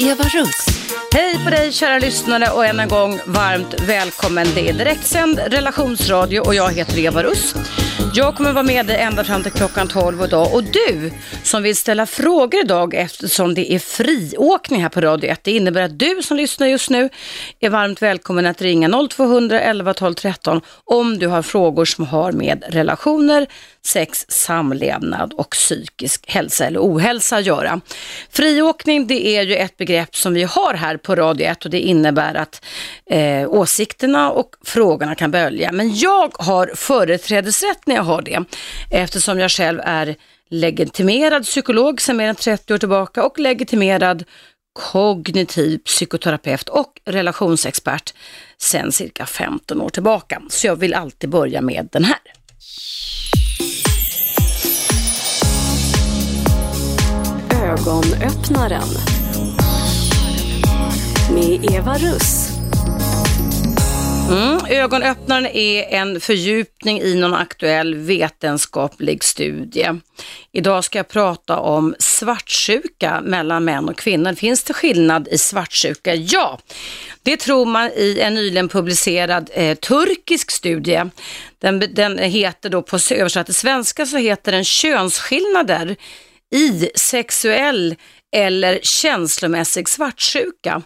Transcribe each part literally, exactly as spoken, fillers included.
Eva Russ. Hej på dig kära lyssnare och än en gång varmt välkommen. Det är direktsänd relationsradio och jag heter Eva Russ. Jag kommer vara med dig ända fram till klockan tolv idag. Och du som vill ställa frågor idag eftersom det är friåkning här på Radio ett. Det innebär att du som lyssnar just nu är varmt välkommen att ringa noll två elva tolv tretton om du har frågor som har med relationer, sex, samlevnad och psykisk hälsa eller ohälsa att göra. Friåkning, det är ju ett begrepp som vi har här på Radio ett och det innebär att eh, åsikterna och frågorna kan bölja. Men jag har företrädesrätt när jag har det eftersom jag själv är legitimerad psykolog sedan mer än trettio år tillbaka och legitimerad kognitiv psykoterapeut och relationsexpert sedan cirka femton år tillbaka. Så jag vill alltid börja med den här. Ögonöppnaren med Eva Russ. Mm, ögonöppnaren är en fördjupning i någon aktuell vetenskaplig studie. Idag ska jag prata om svartsjuka mellan män och kvinnor. Finns det skillnad i svartsjuka? Ja, det tror man i en nyligen publicerad eh, turkisk studie. Den, den heter då på översatt till svenska så heter den könsskillnader i sexuell eller känslomässig svartsjuka.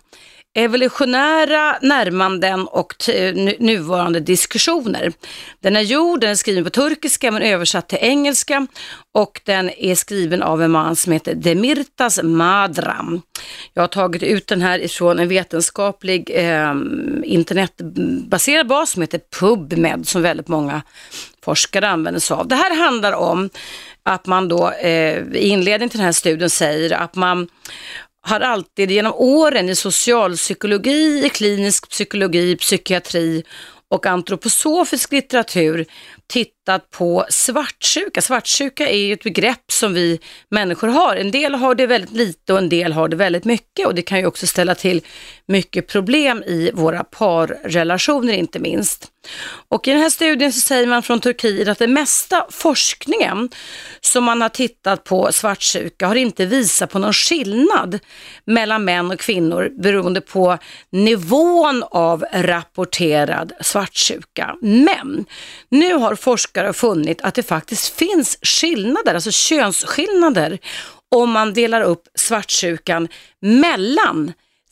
Evolutionära närmanden och t- nuvarande diskussioner. Den är gjord, den är skriven på turkiska men översatt till engelska och den är skriven av en man som heter Demirtas Madram. Jag har tagit ut den här ifrån en vetenskaplig eh, internetbaserad bas som heter PubMed som väldigt många forskare använder sig av. Det här handlar om att man då eh, i inledningen till den här studien säger att man har alltid genom åren i socialpsykologi, i klinisk psykologi, psykiatri och antroposofisk litteratur tittat på svartsjuka. Svartsjuka är ju ett begrepp som vi människor har. En del har det väldigt lite och en del har det väldigt mycket och det kan ju också ställa till mycket problem i våra parrelationer inte minst. Och i den här studien så säger man från Turkiet att det mesta forskningen som man har tittat på svartsjuka har inte visat på någon skillnad mellan män och kvinnor beroende på nivån av rapporterad svartsjuka. Men nu har forskare funnit att det faktiskt finns skillnader, alltså könsskillnader om man delar upp svartsjukan mellan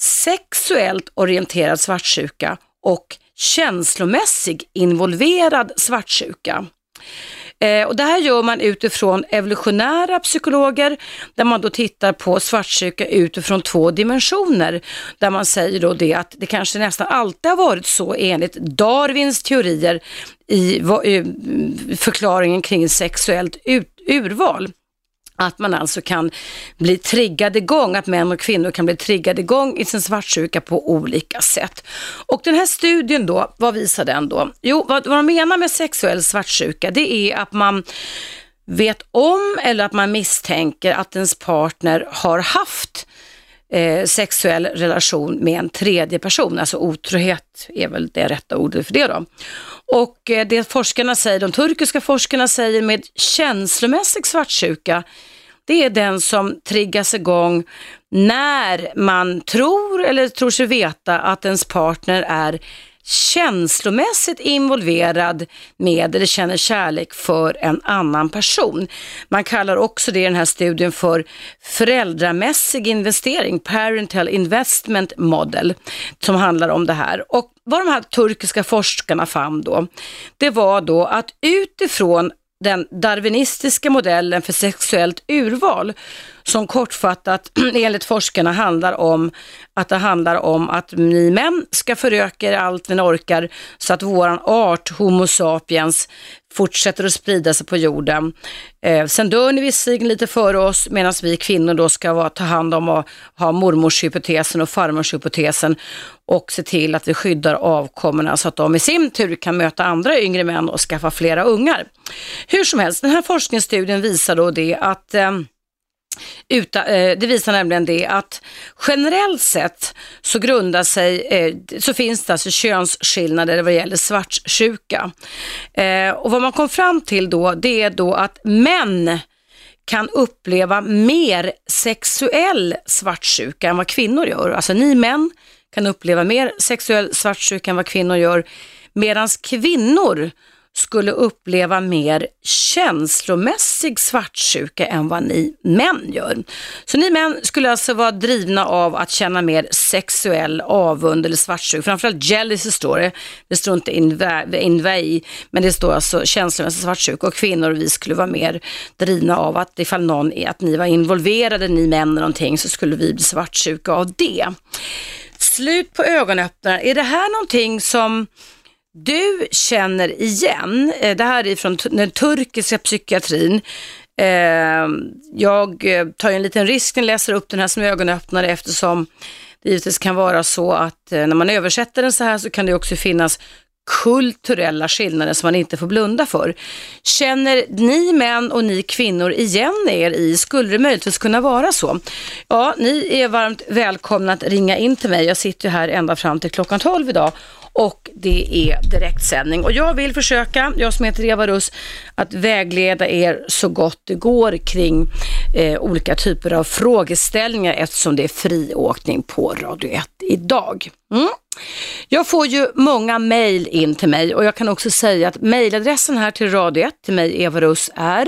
sexuellt orienterad svartsjuka och känslomässig involverad svartsjuka. Eh, och det här gör man utifrån evolutionära psykologer där man då tittar på svartsjuka utifrån två dimensioner. Där man säger då det att det kanske nästan alltid har varit så enligt Darwins teorier i, i förklaringen kring sexuellt ut, urval. Att man alltså kan bli triggad igång, att män och kvinnor kan bli triggade igång i sin svartsjuka på olika sätt. Och den här studien då, vad visar den då? Jo, vad, vad de menar med sexuell svartsjuka, det är att man vet om eller att man misstänker att ens partner har haft eh, sexuell relation med en tredje person, alltså otrohet är väl det rätta ordet för det då. Och eh, det forskarna säger, de turkiska forskarna säger med känslomässig svartsjuka, det är den som triggas igång när man tror eller tror sig veta att ens partner är känslomässigt involverad med eller känner kärlek för en annan person. Man kallar också det i den här studien för föräldramässig investering, parental investment model, som handlar om det här. Och vad de här turkiska forskarna fann då, det var då att utifrån den darwinistiska modellen för sexuellt urval som kortfattat enligt forskarna handlar om att det handlar om att ni män ska föröka er allt vi orkar så att våran art, homo sapiens, fortsätter att sprida sig på jorden. Eh, sen dör ni visserligen lite före oss medan vi kvinnor då ska vara, ta hand om och ha mormorshypotesen och farmorshypotesen och se till att vi skyddar avkommorna så att de i sin tur kan möta andra yngre män och skaffa flera ungar. Hur som helst, den här forskningsstudien visar då det att eh, Uta, eh, det visar nämligen det att generellt sett så grundar sig, eh, så finns det alltså könsskillnader vad gäller svartsjuka. Eh, och vad man kom fram till då, det är då att män kan uppleva mer sexuell svartsjuka än vad kvinnor gör. Alltså ni män kan uppleva mer sexuell svartsjuka än vad kvinnor gör, medan kvinnor skulle uppleva mer känslomässig svartsjuka än vad ni män gör. Så ni män skulle alltså vara drivna av att känna mer sexuell avund eller svartsjuka. Framförallt jealousy står det. Det står inte envy, men det står alltså känslomässig svartsjuka. Och kvinnor, vi skulle vara mer drivna av att ifall någon är att ni var involverade, ni män eller någonting, så skulle vi bli svartsjuka av det. Slut på ögonöppnare. Är det här någonting som du känner igen? Det här är från den turkiska psykiatrin. Jag tar en liten risk när jag läser upp den här som ögonöppnare, eftersom det givetvis kan vara så att när man översätter den så här så kan det också finnas kulturella skillnader som man inte får blunda för. Känner ni män och ni kvinnor igen er i? Skulle det möjligtvis kunna vara så? Ja, ni är varmt välkomna att ringa in till mig. Jag sitter ju här ända fram till klockan tolv idag. Och det är direktsändning. Och jag vill försöka, jag som heter Eva Russ, att vägleda er så gott det går kring eh, olika typer av frågeställningar, eftersom det är friåkning på Radio ett idag. Mm. Jag får ju många mejl in till mig, och jag kan också säga att mejladressen här till Radio ett till mig, Eva Russ, är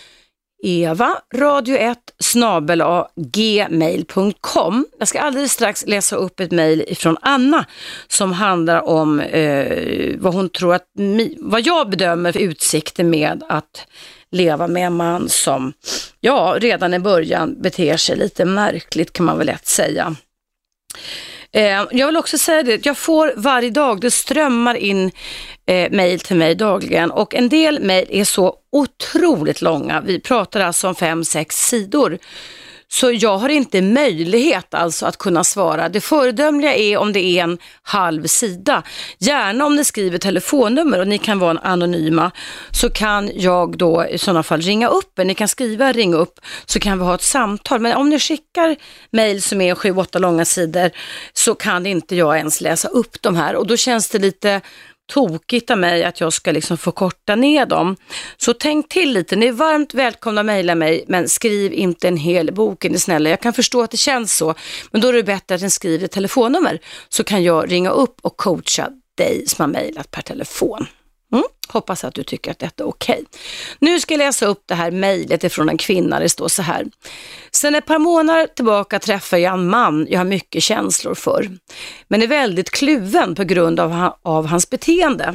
eva radio ett snabel-a gmail punkt com. Jag ska alldeles strax läsa upp ett mejl från Anna som handlar om eh, vad hon tror att vad jag bedömer för utsikter med att leva med en man som ja, redan i början beter sig lite märkligt, kan man väl lätt säga. Eh, jag vill också säga det, jag får varje dag, det strömmar in eh, mejl till mig dagligen, och en del mejl är så otroligt långa. Vi pratar alltså om fem, sex sidor. Så jag har inte möjlighet alltså att kunna svara. Det föredömliga är om det är en halv sida. Gärna om ni skriver telefonnummer och ni kan vara anonyma, så kan jag då i sådana fall ringa upp. Ni kan skriva ringa upp, så kan vi ha ett samtal. Men om ni skickar mejl som är sju, åtta långa sidor, så kan inte jag ens läsa upp de här. Och då känns det lite tokigt av mig att jag ska liksom få korta ner dem. Så tänk till lite. Ni är varmt välkomna att mejla mig, men skriv inte en hel bok, är ni snälla. Jag kan förstå att det känns så, men då är det bättre att ni skriver ett telefonnummer, så kan jag ringa upp och coacha dig som har mejlat per telefon. Mm. Hoppas att du tycker att detta är okej. Nu ska jag läsa upp det här mejlet ifrån en kvinna. Det står så här: sen ett par månader tillbaka träffar jag en man jag har mycket känslor för, men är väldigt kluven på grund av, av hans beteende.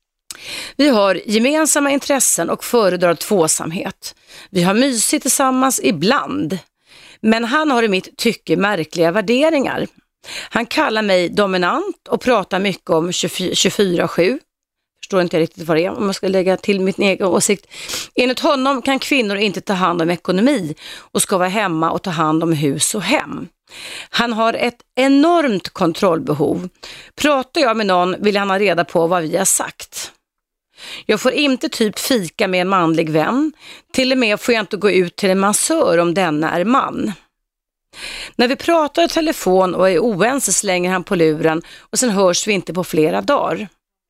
Vi har gemensamma intressen och föredrar tvåsamhet. Vi har mysigt tillsammans ibland, men han har i mitt tycke märkliga värderingar. Han kallar mig dominant och pratar mycket om tjugofyra sju. Förstår inte riktigt vad det är, om jag ska lägga till min egen åsikt. Enligt honom kan kvinnor inte ta hand om ekonomi och ska vara hemma och ta hand om hus och hem. Han har ett enormt kontrollbehov. Pratar jag med någon vill han ha reda på vad vi har sagt. Jag får inte typ fika med en manlig vän. Till och med får jag inte gå ut till en massör om denna är man. När vi pratar i telefon och är oense slänger han på luren, och sen hörs vi inte på flera dagar.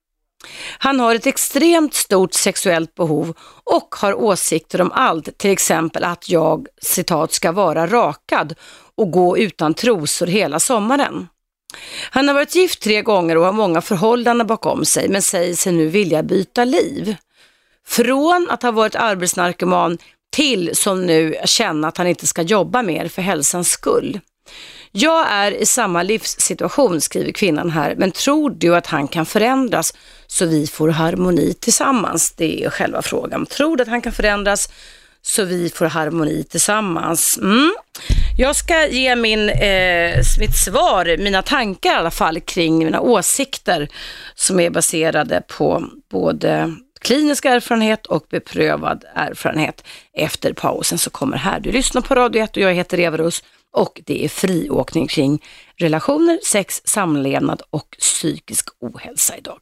Han har ett extremt stort sexuellt behov och har åsikter om allt, till exempel att jag, citat, ska vara rakad och gå utan trosor hela sommaren. Han har varit gift tre gånger och har många förhållanden bakom sig, men säger sig nu vilja byta liv. Från att ha varit arbetsnarkoman till som nu känna att han inte ska jobba mer för hälsans skull. Jag är i samma livssituation, skriver kvinnan här, men tror du att han kan förändras så vi får harmoni tillsammans? Det är själva frågan. Tror du att han kan förändras så vi får harmoni tillsammans? Mm. Jag ska ge min, eh, mitt svar, mina tankar i alla fall kring mina åsikter som är baserade på både klinisk erfarenhet och beprövad erfarenhet efter pausen så kommer här. Du lyssnar på Radio ett och jag heter Eva Russ. Och det är friåkning kring relationer, sex, samlevnad och psykisk ohälsa idag.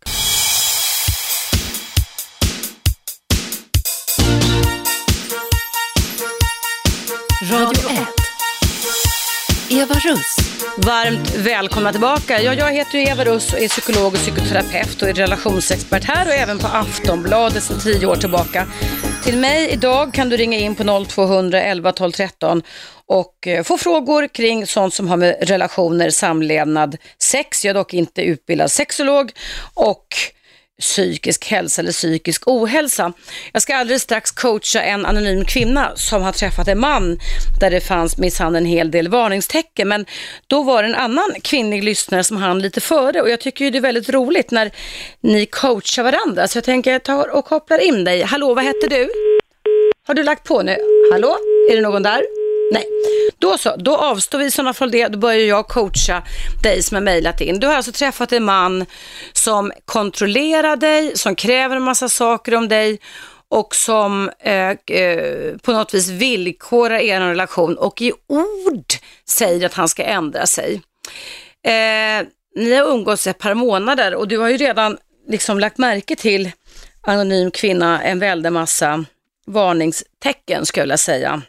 Radio ett. Eva Russ. Varmt välkomna tillbaka. Ja, jag heter Eva Russ och är psykolog och psykoterapeut och är relationsexpert här och även på Aftonbladet sedan tio år tillbaka. Till mig idag kan du ringa in på noll två hundra elva tolv tretton och få frågor kring sånt som har med relationer, samlevnad, sex. Jag är dock inte utbildad sexolog och psykisk hälsa eller psykisk ohälsa. Jag ska alldeles strax coacha en anonym kvinna som har träffat en man där det fanns minsann en hel del varningstecken, men då var det en annan kvinnlig lyssnare som hann lite före, och jag tycker ju det är väldigt roligt när ni coachar varandra, så jag tänker jag tar och kopplar in dig. Hallå, vad heter du? Har du lagt på nu? Hallå, är det någon där? Nej, då så, då avstår vi sådana från det. Då börjar jag coacha dig som har mejlat in. Du har alltså träffat en man som kontrollerar dig, som kräver en massa saker om dig och som eh, eh, på något vis villkorar er relation och i ord säger att han ska ändra sig. Eh, ni har umgåtts ett par månader och du har ju redan liksom lagt märke till anonym kvinna en väldig massa varningstecken, skulle jag säga.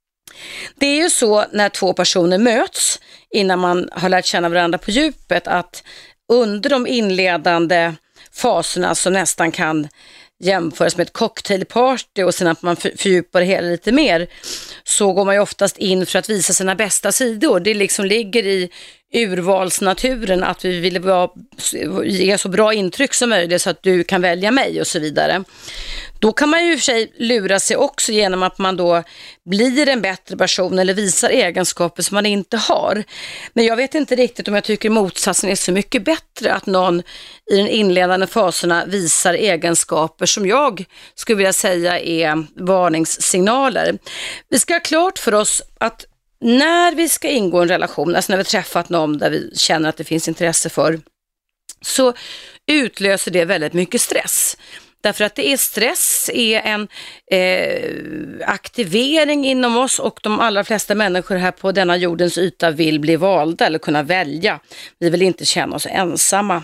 Det är ju så när två personer möts innan man har lärt känna varandra på djupet, att under de inledande faserna som nästan kan jämföras med ett cocktailparty och sen att man fördjupar det hela lite mer, så går man ju oftast in för att visa sina bästa sidor. Det liksom ligger i urvalsnaturen att vi vill vara, ge så bra intryck som möjligt så att du kan välja mig och så vidare. Då kan man ju i och för sig lura sig också genom att man då blir en bättre person eller visar egenskaper som man inte har. Men jag vet inte riktigt om jag tycker motsatsen är så mycket bättre, att någon i den inledande faserna visar egenskaper som jag skulle vilja säga är varningssignaler. Vi ska ha klart för oss att när vi ska ingå en relation, alltså när vi träffat någon där vi känner att det finns intresse för, så utlöser det väldigt mycket stress. Därför att det är stress, är en eh, aktivering inom oss, och de allra flesta människor här på denna jordens yta vill bli valda eller kunna välja. Vi vill inte känna oss ensamma.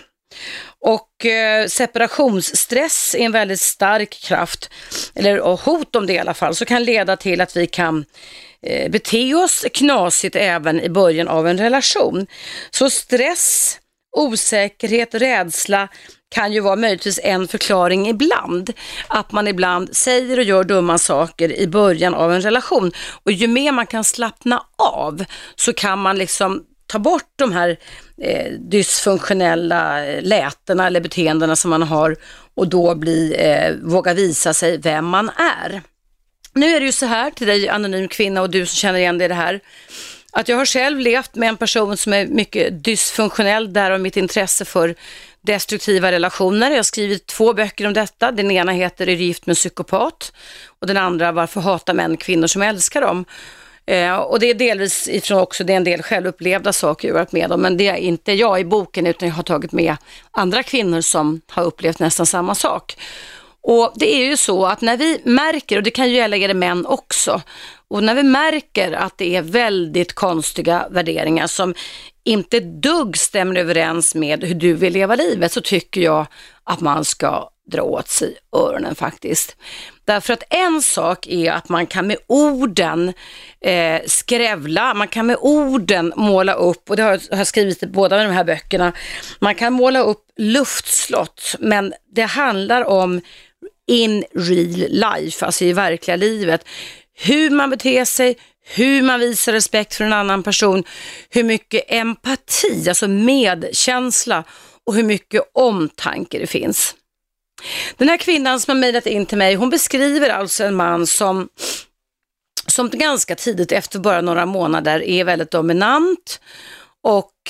Och eh, separationsstress är en väldigt stark kraft, eller och hot om det i alla fall, så kan leda till att vi kan eh, bete oss knasigt även i början av en relation. Så stress, osäkerhet, rädsla kan ju vara möjligtvis en förklaring ibland, att man ibland säger och gör dumma saker i början av en relation, och ju mer man kan slappna av så kan man liksom ta bort de här eh, dysfunktionella lätena eller beteendena som man har, och då bli, eh, våga visa sig vem man är. Nu är det ju så här till dig, anonym kvinna, och du som känner igen dig i det här, att jag har själv levt med en person som är mycket dysfunktionell, därav mitt intresse för destruktiva relationer. Jag har skrivit två böcker om detta. Den ena heter Är du gift med en psykopat? Och den andra Varför hatar män kvinnor som älskar dem? Eh, och det är delvis ifrån också, det är en del självupplevda saker jag har varit med om, men det är inte jag i boken, utan jag har tagit med andra kvinnor som har upplevt nästan samma sak. Och det är ju så att när vi märker, och det kan ju gälla er män också, och när vi märker att det är väldigt konstiga värderingar som inte dugg stämmer överens med hur du vill leva livet, så tycker jag att man ska dra åt sig öronen faktiskt. Därför att en sak är att man kan med orden eh, skrävla, man kan med orden måla upp, och det har jag skrivit i båda de här böckerna, man kan måla upp luftslott, men det handlar om in real life, alltså i verkliga livet. Hur man beter sig, hur man visar respekt för en annan person, hur mycket empati, alltså medkänsla, och hur mycket omtanke det finns. Den här kvinnan som har mejlat in till mig, hon beskriver alltså en man som, som ganska tidigt, efter bara några månader, är väldigt dominant och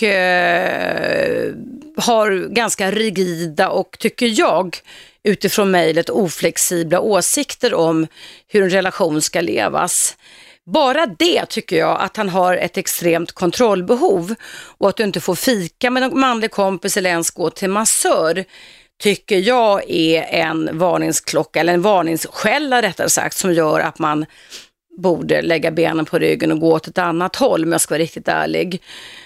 eh, har ganska rigida och, tycker jag, utifrån mejlet oflexibla åsikter om hur en relation ska levas. Bara det tycker jag, att han har ett extremt kontrollbehov, och att du inte får fika med en manlig kompis eller ens gå till massör, tycker jag är en varningsklocka, eller en varningsskälla rättare sagt, som gör att man borde lägga benen på ryggen och gå åt ett annat håll, om jag ska vara riktigt ärlig.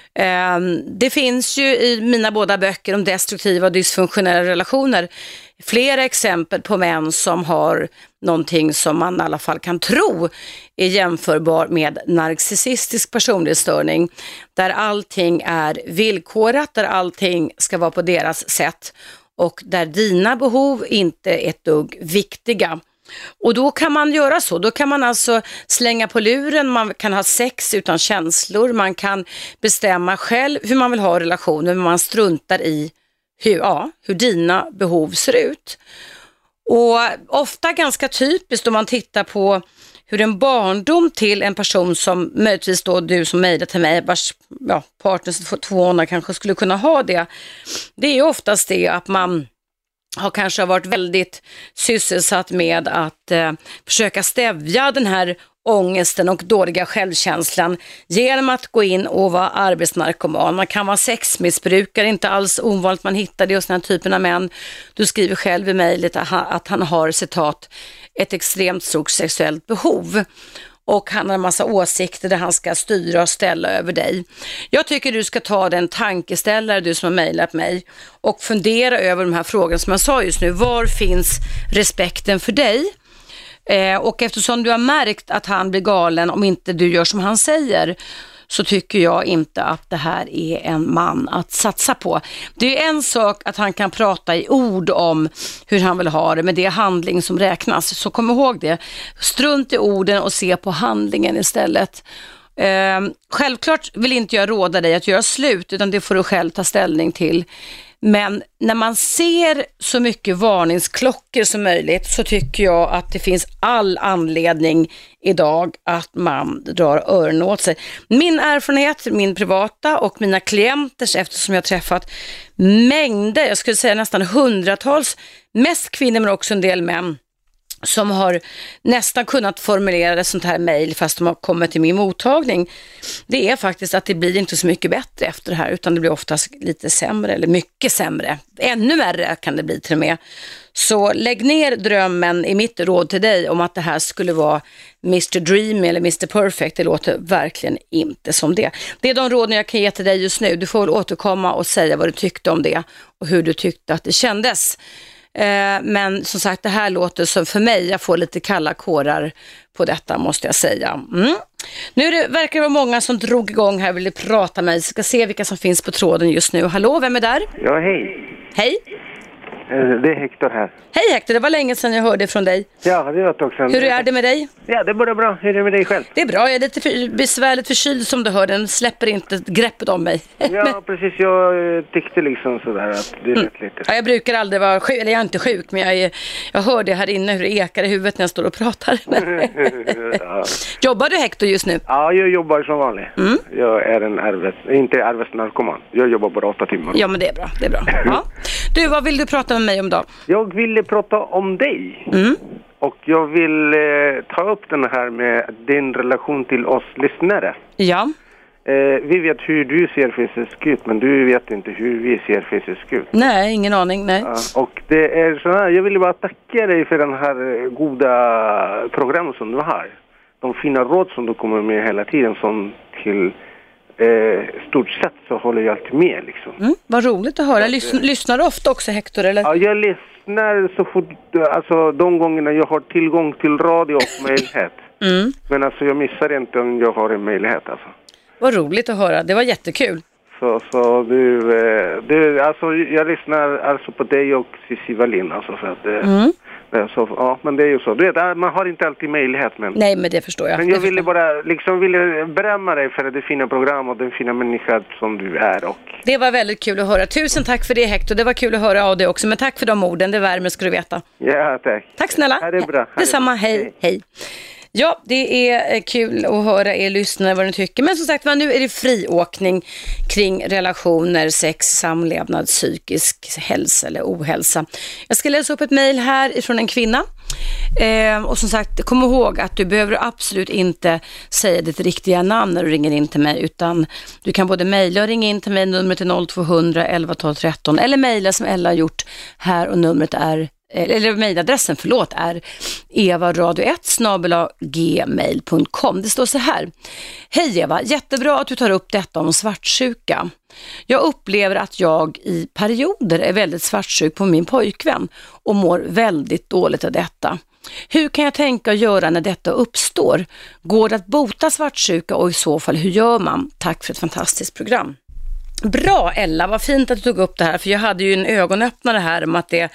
Det finns ju i mina båda böcker om destruktiva och dysfunktionella relationer flera exempel på män som har någonting som man i alla fall kan tro är jämförbar med narcissistisk personlighetsstörning, där allting är villkorat, där allting ska vara på deras sätt och där dina behov inte är ett dugg viktiga. Och då kan man göra så, då kan man alltså slänga på luren, man kan ha sex utan känslor, man kan bestämma själv hur man vill ha relationer, men man struntar i hur, ja, hur dina behov ser ut. Och ofta ganska typiskt om man tittar på hur en barndom till en person som möjligtvis då du som mejlar till mig, vars ja, partner två kanske skulle kunna ha det, det är oftast det att man har kanske varit väldigt sysselsatt med att eh, försöka stävja den här ångesten och dåliga självkänslan genom att gå in och vara arbetsnarkoman. Man kan vara sexmissbrukare, inte alls ovanligt man hittar det hos den här typen av män. Du skriver själv i mejlet att han har, citat, ett extremt stort sexuellt behov. Och han har en massa åsikter där han ska styra och ställa över dig. Jag tycker du ska ta den tankeställare, du som har mejlat mig, och fundera över de här frågorna som jag sa just nu. Var finns respekten för dig? Eh, och eftersom du har märkt att han blir galen om inte du gör som han säger, så tycker jag inte att det här är en man att satsa på. Det är en sak att han kan prata i ord om hur han vill ha det, men det är handling som räknas. Så kom ihåg det. Strunt i orden och se på handlingen istället. Eh, självklart vill inte jag råda dig att göra slut, utan det får du själv ta ställning till. Men när man ser så mycket varningsklockor som möjligt, så tycker jag att det finns all anledning idag att man drar öronen åt sig. Min erfarenhet, min privata och mina klienters, eftersom jag träffat mängder, jag skulle säga nästan hundratals, mest kvinnor men också en del män, som har nästan kunnat formulera ett sånt här mejl fast de har kommit till min mottagning. Det är faktiskt att det blir inte så mycket bättre efter det här, utan det blir oftast lite sämre eller mycket sämre. Ännu värre kan det bli till och med. Så lägg ner drömmen, i mitt råd till dig, om att det här skulle vara mister Dream eller mister Perfect. Det låter verkligen inte som det. Det är de råden jag kan ge till dig just nu. Du får väl återkomma och säga vad du tyckte om det och hur du tyckte att det kändes. Men som sagt, det här låter som för mig, jag får lite kalla kårar på detta, måste jag säga. Mm. Nu är det, verkar det vara många som drog igång här och ville prata med mig. Ska se vilka som finns på tråden just nu. Hallå, vem är där? Ja, hej. Hej. Det är Hector här. Hej Hector, det var länge sedan jag hörde från dig. Ja, det var ett tag sedan. Hur är det med dig? Ja, det är bara bra. Hur är det med dig själv? Det är bra, jag är lite för, besvärligt förkyld som du hör. Den släpper inte greppet om mig. Ja, precis. Jag tyckte liksom sådär att det är mm. lite. Ja, jag brukar aldrig vara sjuk, eller jag är inte sjuk, men jag, är, jag hör det här inne hur det ekar i huvudet när jag står och pratar. Ja. Jobbar du Hector just nu? Ja, jag jobbar som vanligt. Mm. Jag är en arbets, inte arbetsnarkoman. Jag jobbar bara åtta timmar. Ja, men det är bra. Det är bra. Ja. Du, vad vill du prata med mig om då? Jag ville prata om dig. Mm. Och jag vill eh, ta upp den här med din relation till oss lyssnare. Ja. Eh, vi vet hur du ser fysisk ut, men du vet inte hur vi ser fysisk ut. Nej, ingen aning, nej. Ja, och det är så här, jag vill bara tacka dig för den här goda programmet som du har. De fina råd som du kommer med hela tiden, som till eh, stort sett så håller jag alltid med liksom. Mm, vad roligt att höra. Lys- lyssnar du ofta också, Hector, eller? Ja, jag lyssnar så fort, alltså de gångerna jag har tillgång till radio och möjlighet. Mm. Men alltså jag missar inte om jag har en möjlighet alltså. Vad roligt att höra, det var jättekul. Så, så du, du, alltså jag lyssnar alltså på dig och Cissi Wallin alltså för att mm. så, ja, men det är ju så. Du vet, man har inte alltid möjlighet. Men, nej, men det förstår jag. Men jag det ville bara liksom ville berömma dig för det fina program och den fina människa som du är. Och... Det var väldigt kul att höra. Tusen tack för det, Hector. Det var kul att höra av dig också. Men tack för de orden. Det värmer, ska du veta. Ja, tack. Tack snälla. Ja, det är bra. Detsamma. Hej. Hej. Hej. Ja, det är kul att höra er lyssnare vad ni tycker. Men som sagt, nu är det friåkning kring relationer, sex, samlevnad, psykisk hälsa eller ohälsa. Jag ska läsa upp ett mejl här ifrån en kvinna. Eh, och som sagt, kom ihåg att du behöver absolut inte säga ditt riktiga namn när du ringer in till mig, utan du kan både mejla och ringa in till mig. Numret är noll två hundra elva tolv tretton eller mejla som Ella har gjort här, och numret är eller mejladressen, förlåt, är evaradio ett snabel-a gmail punkt com. Det står så här: hej Eva, jättebra att du tar upp detta om svartsjuka. Jag upplever att jag i perioder är väldigt svartsjuk på min pojkvän och mår väldigt dåligt av detta. Hur kan jag tänka och göra när detta uppstår? Går det att bota svartsjuka, och i så fall hur gör man? Tack för ett fantastiskt program. Bra Ella, vad fint att du tog upp det här, för jag hade ju en ögonöppnare här om att det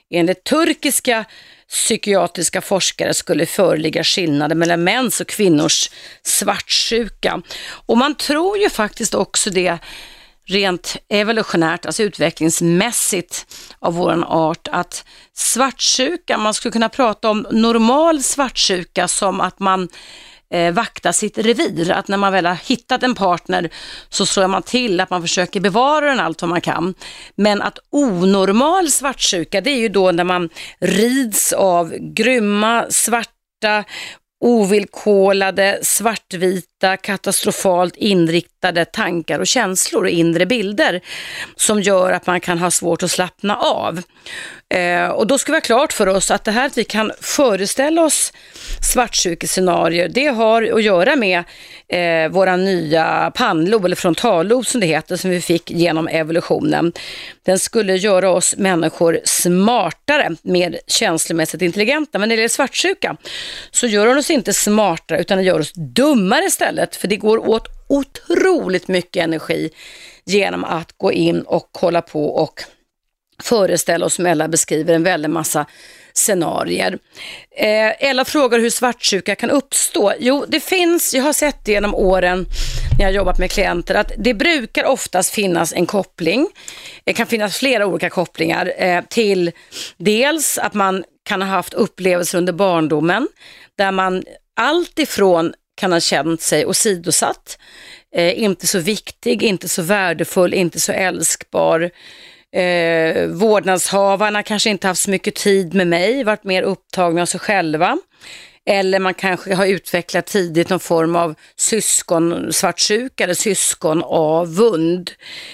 enligt turkiska psykiatriska forskare skulle föreligga skillnader mellan mäns och kvinnors svartsjuka. Och man tror ju faktiskt också det rent evolutionärt, alltså utvecklingsmässigt av våran art, att svartsjuka, man skulle kunna prata om normal svartsjuka som att man eh, vaktar sitt revir, att när man väl har hittat en partner så slår man till att man försöker bevara den allt vad man kan. Men att onormal svartsjuka, det är ju då när man rids av grymma, svarta, ovillkolade, svartvita, katastrofalt inriktade tankar och känslor och inre bilder som gör att man kan ha svårt att slappna av. Eh, och då ska vi ha klart för oss att det här att vi kan föreställa oss svartsjukescenarier, det har att göra med eh, våra nya pannlob eller frontallob som det heter, som vi fick genom evolutionen. Den skulle göra oss människor smartare, mer känslomässigt intelligenta, men när det gäller svartsjuka så gör den oss inte smartare utan den gör oss dummare istället, för det går åt otroligt mycket energi genom att gå in och kolla på och föreställa oss, som Ella beskriver, en väldigt massa scenarier. Eh, Ella frågar hur svartsjuka kan uppstå. Jo, det finns, jag har sett det genom åren när jag har jobbat med klienter, att det brukar oftast finnas en koppling. Det kan finnas flera olika kopplingar eh, till dels att man kan ha haft upplevelser under barndomen där man allt ifrån kan ha känt sig åsidosatt, eh, inte så viktig, inte så värdefull, inte så älskbar. Eh, vårdnadshavarna kanske inte haft så mycket tid med mig, varit mer upptagna av sig själva. Eller man kanske har utvecklat tidigt någon form av syskon svartsjuka eller syskon avund.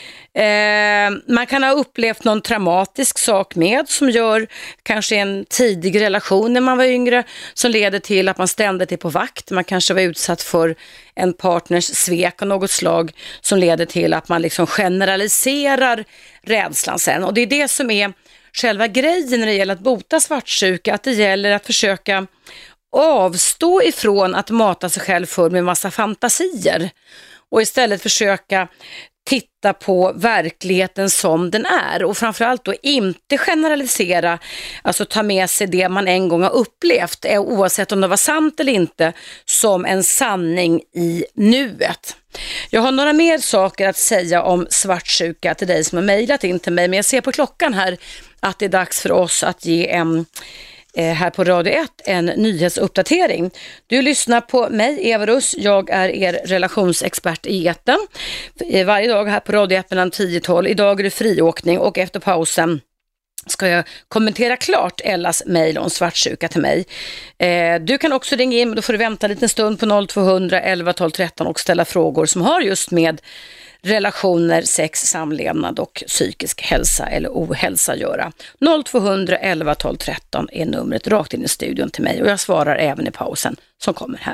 Eh, man kan ha upplevt någon traumatisk sak med som gör kanske en tidig relation när man var yngre som leder till att man ständigt är på vakt. Man kanske var utsatt för en partners svek av något slag som leder till att man liksom generaliserar rädslan sen. Och det är det som är själva grejen när det gäller att bota svartsjuka, att det gäller att försöka avstå ifrån att mata sig själv för med massa fantasier och istället försöka titta på verkligheten som den är och framförallt då inte generalisera, alltså ta med sig det man en gång har upplevt, oavsett om det var sant eller inte, som en sanning i nuet. Jag har några mer saker att säga om svartsjuka till dig som har mejlat in till mig, men jag ser på klockan här att det är dags för oss att ge en här på Radio ett en nyhetsuppdatering. Du lyssnar på mig, Eva Russ. Jag är er relationsexpert i etern. Varje dag här på Radio ett mellan tio och tolv. Idag är det friåkning och efter pausen ska jag kommentera klart Ellas mejl om svartsjuka till mig. Eh, du kan också ringa in, men då får du vänta en liten stund på noll tvåhundra elva tolv tretton och ställa frågor som har just med relationer, sex, samlevnad och psykisk hälsa eller ohälsa göra. noll tvåhundra elva tolv tretton är numret rakt in i studion till mig och jag svarar även i pausen som kommer här.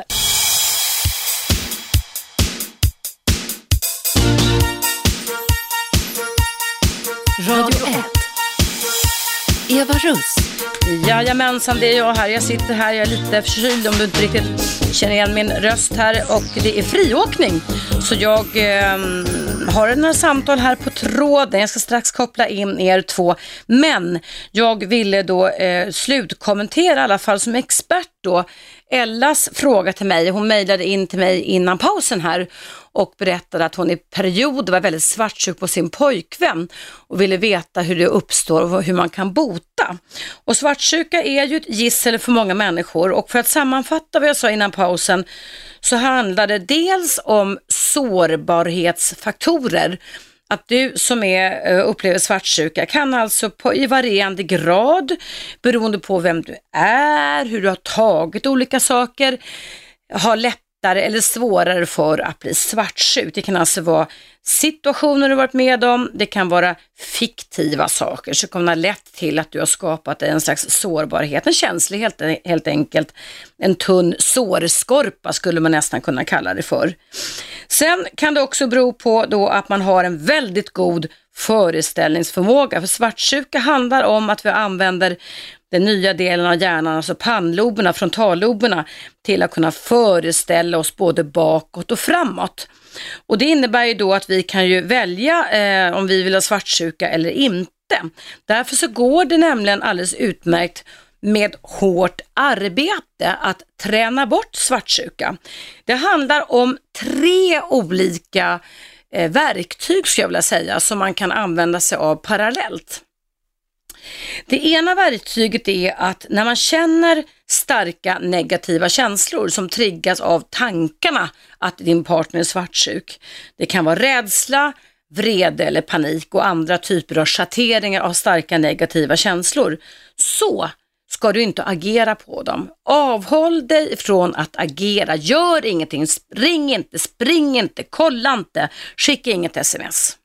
Radio ett. Eva Russ. Jajamensan, det är jag här. Jag sitter här, jag är lite förkyld om du inte riktigt känner igen min röst här. Och det är friåkning. Så jag eh, har en samtal här på tråden. Jag ska strax koppla in er två. Men jag ville då eh, slutkommentera i alla fall som expert då Ellas fråga till mig. Hon mejlade in till mig innan pausen här och berättade att hon i perioder var väldigt svartsjuk på sin pojkvän och ville veta hur det uppstår och hur man kan bota. Och svartsjuka är ju ett gissel för många människor och för att sammanfatta vad jag sa innan pausen så handlar det dels om sårbarhetsfaktorer. Att du som är, upplever svartsjuka kan alltså på, i varierande grad, beroende på vem du är, hur du har tagit olika saker, ha lättare eller svårare för att bli svartsjuk. Det kan alltså vara situationer du varit med om, det kan vara fiktiva saker som kommer lätt till att du har skapat en slags sårbarhet, en känslighet helt, helt enkelt, en tunn sårskorpa skulle man nästan kunna kalla det för. Sen kan det också bero på då att man har en väldigt god föreställningsförmåga, för svartsjuka handlar om att vi använder den nya delen av hjärnan, alltså pannloberna, frontalloberna, till att kunna föreställa oss både bakåt och framåt. Och det innebär ju då att vi kan ju välja eh, om vi vill ha svartsjuka eller inte. Därför så går det nämligen alldeles utmärkt med hårt arbete att träna bort svartsjuka. Det handlar om tre olika eh, verktyg, ska jag vilja säga, som man kan använda sig av parallellt. Det ena verktyget är att när man känner starka negativa känslor som triggas av tankarna att din partner är svartsjuk. Det kan vara rädsla, vrede eller panik och andra typer av schatteringar av starka negativa känslor. Så ska du inte agera på dem. Avhåll dig från att agera. Gör ingenting. Ring inte, spring inte, kolla inte, skicka inget sms.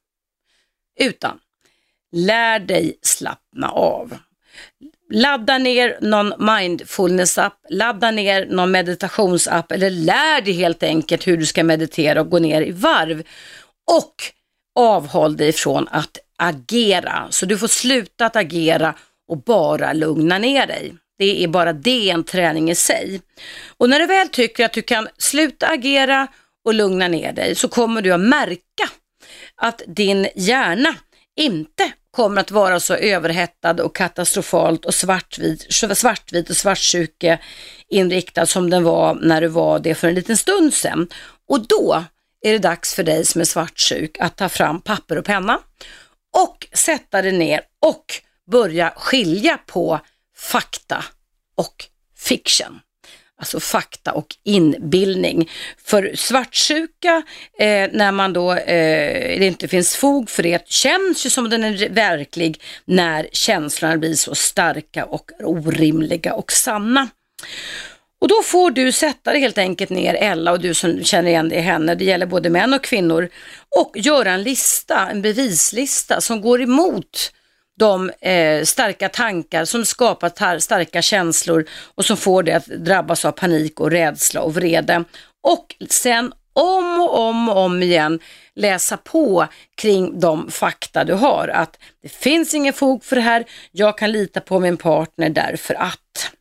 Utan lär dig slappna av. Ladda ner någon mindfulness-app, ladda ner någon meditationsapp eller lär dig helt enkelt hur du ska meditera och gå ner i varv. Och avhåll dig från att agera. Så du får sluta att agera och bara lugna ner dig. Det är bara det en träning i sig. Och när du väl tycker att du kan sluta agera och lugna ner dig så kommer du att märka att din hjärna inte kommer att vara så överhettad och katastrofalt och svartvit, svartvit och svartsjuke inriktad som den var när du var det för en liten stund sedan. Och då är det dags för dig som är svartsjuk att ta fram papper och penna och sätta dig ner och börja skilja på fakta och fiction. Alltså fakta och inbildning. För svartsjuka, eh, när man då eh, det inte finns fog för det, känns ju som den är verklig när känslorna blir så starka och orimliga och sanna. Och då får du sätta dig helt enkelt ner, Ella, och du som känner igen det i henne, det gäller både män och kvinnor, och göra en lista, en bevislista som går emot de eh, starka tankar som skapar tar- starka känslor och som får det att drabbas av panik och rädsla och vrede. Och sen om och om och om igen läsa på kring de fakta du har. Att det finns ingen fog för det här, jag kan lita på min partner därför att.